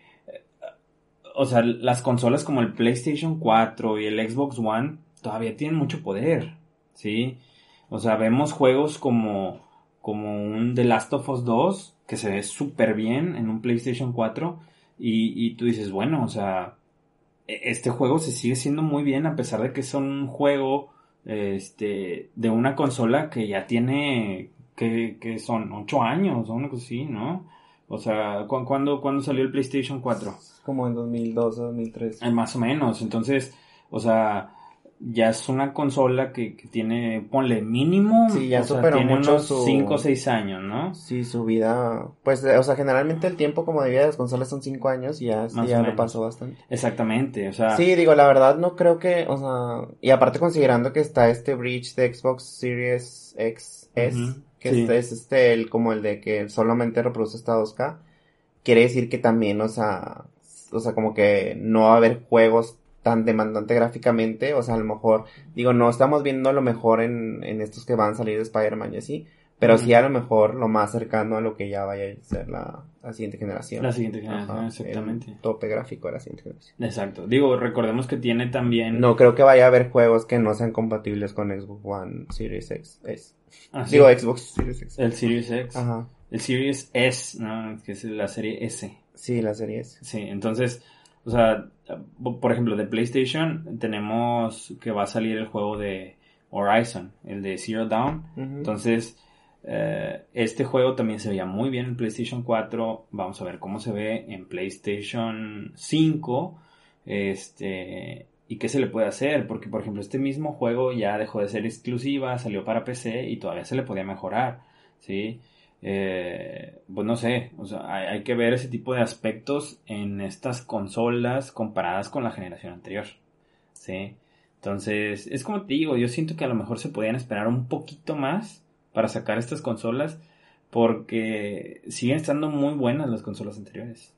o sea, las consolas como el PlayStation cuatro y el Xbox One todavía tienen mucho poder, ¿sí? O sea, vemos juegos como, como un The Last of Us dos, que se ve súper bien en un PlayStation cuatro, y, y tú dices, bueno, o sea, este juego se sigue siendo muy bien a pesar de que es un juego este, de una consola que ya tiene, que, que son ocho años o una cosa así, ¿no? O sea, ¿cu- ¿cuándo, ¿cuándo salió el PlayStation cuatro? Como en dos mil doce, dos mil trece. Eh, más o menos, entonces, o sea, ya es una consola que, que tiene, ponle mínimo, Sí, ya o sea, superó tiene mucho unos su... cinco o seis años, ¿no? Sí, su vida... Pues, o sea, generalmente el tiempo como de vida de las consolas son cinco años y ya, Más ya o lo menos. pasó bastante. Exactamente, o sea... Sí, digo, la verdad no creo que, o sea... Y aparte considerando que está este bridge de Xbox Series X S, uh-huh, que sí. este es este, el, como el de que solamente reproduce hasta dos K, quiere decir que también, o sea... O sea, como que no va a haber juegos tan demandante gráficamente, o sea, a lo mejor, digo, no estamos viendo lo mejor en, en estos que van a salir de Spider-Man y así, pero uh-huh. sí a lo mejor lo más cercano a lo que ya vaya a ser la, la siguiente generación. La siguiente generación, Ajá, exactamente. El tope gráfico de la siguiente generación. Exacto. Digo, recordemos que tiene también... No creo que vaya a haber juegos que no sean compatibles con Xbox One Series X. S. Ah, digo, sí. Xbox Series X. El Series X. Ajá. El Series S, ¿no? Que es la serie S. Sí, la serie S. Sí, entonces... O sea, por ejemplo, de PlayStation tenemos que va a salir el juego de Horizon, el de Zero Dawn. Uh-huh. Entonces, eh, este juego también se veía muy bien en PlayStation cuatro. Vamos a ver cómo se ve en PlayStation cinco. Este, y qué se le puede hacer. Porque, por ejemplo, este mismo juego ya dejó de ser exclusiva, salió para P C y todavía se le podía mejorar, ¿sí? Eh, pues no sé, o sea, hay, hay que ver ese tipo de aspectos en estas consolas comparadas con la generación anterior, ¿sí? Entonces, es como te digo, yo siento que a lo mejor se podían esperar un poquito más para sacar estas consolas, porque siguen estando muy buenas las consolas anteriores,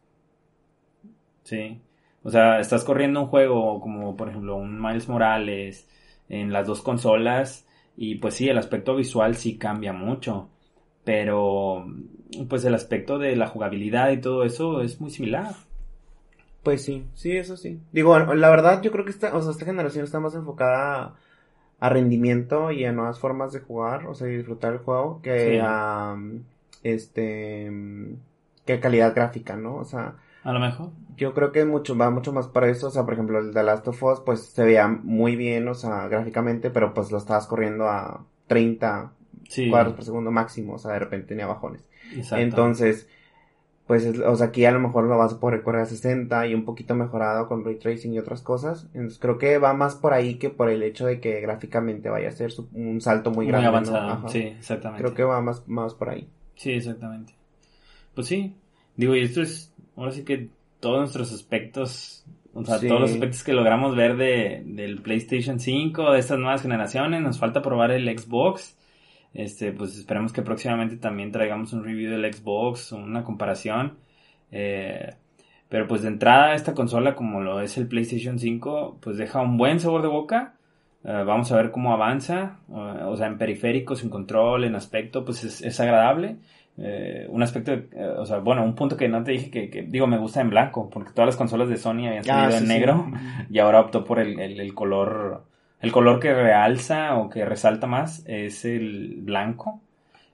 ¿sí? O sea, estás corriendo un juego como, por ejemplo, un Miles Morales en las dos consolas, y pues sí, el aspecto visual sí cambia mucho. Pero, pues el aspecto de la jugabilidad y todo eso es muy similar. Pues sí, sí, eso sí. Digo, la verdad yo creo que esta, o sea, esta generación está más enfocada a, a rendimiento y a nuevas formas de jugar, o sea, disfrutar el juego, que sí. a, este, que calidad gráfica, ¿no? O sea... A lo mejor. Yo creo que mucho, va mucho más para eso, o sea, por ejemplo, el The Last of Us, pues se veía muy bien, o sea, gráficamente, pero pues lo estabas corriendo a treinta sí. cuadros por segundo máximo, o sea, de repente tenía bajones. Exacto. Entonces, pues, o sea, aquí a lo mejor lo vas a poder correr a sesenta y un poquito mejorado con Ray Tracing y otras cosas. Entonces, creo que va más por ahí que por el hecho de que gráficamente vaya a ser un salto muy, muy grande. Muy avanzado, ¿no? Sí, exactamente. Creo que va más, más por ahí. Sí, exactamente. Pues sí, digo, y esto es, ahora sí que todos nuestros aspectos, o sea, sí. todos los aspectos que logramos ver de del PlayStation cinco, de estas nuevas generaciones, nos falta probar el Xbox. Este, pues esperemos que próximamente también traigamos un review del Xbox, una comparación. Eh, pero pues de entrada esta consola, como lo es el PlayStation cinco, pues deja un buen sabor de boca. Uh, vamos a ver cómo avanza. Uh, o sea, en periféricos, en control, en aspecto, pues es, es agradable. Eh, un aspecto, de, eh, o sea, bueno, un punto que no te dije que, que, digo, me gusta en blanco, porque todas las consolas de Sony habían salido ah, sí, en negro, sí. y ahora optó por el, el, el color... El color que realza o que resalta más es el blanco.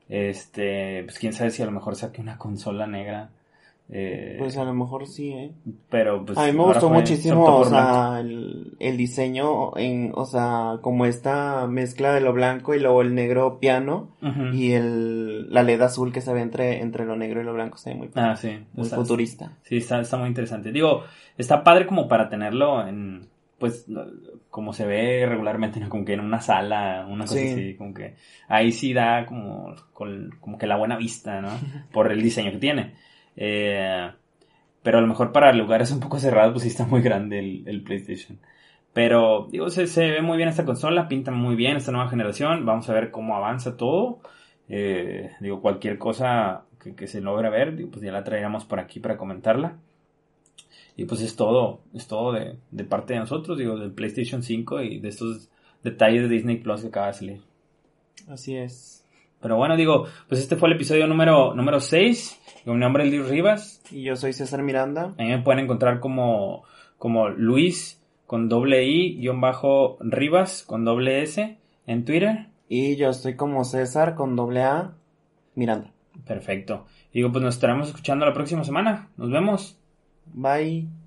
Este, pues quién sabe si a lo mejor saque una consola negra. Eh, pues a lo mejor sí, eh. Pero pues a mí me gustó fue, muchísimo, o sea, el, el diseño en, o sea, como esta mezcla de lo blanco y luego el negro piano uh-huh. y el la L E D azul que se ve entre entre lo negro y lo blanco, se ve muy ah, sí, muy está, futurista. Sí, está está muy interesante. Digo, está padre como para tenerlo en pues, como se ve regularmente, ¿no? Como que en una sala, una cosa Sí. así, como que ahí sí da como, como que la buena vista, ¿no? Por el diseño que tiene. Eh, pero a lo mejor para lugares un poco cerrados, pues sí está muy grande el, el PlayStation. Pero, digo, se, se ve muy bien esta consola, pinta muy bien esta nueva generación, vamos a ver cómo avanza todo. Eh, digo, cualquier cosa que, que se logre ver, digo, pues ya la traeremos por aquí para comentarla. Y pues es todo, es todo de, de parte de nosotros, digo, del PlayStation cinco y de estos detalles de Disney Plus que acaba de salir. Así es. Pero bueno, digo, pues este fue el episodio número, número seis. Mi nombre es Luis Rivas. Y yo soy César Miranda. A mí me pueden encontrar como, como Luis con doble I, guión bajo Rivas con doble S en Twitter. Y yo estoy como César con doble A Miranda. Perfecto. Digo, pues nos estaremos escuchando la próxima semana. Nos vemos. Bye.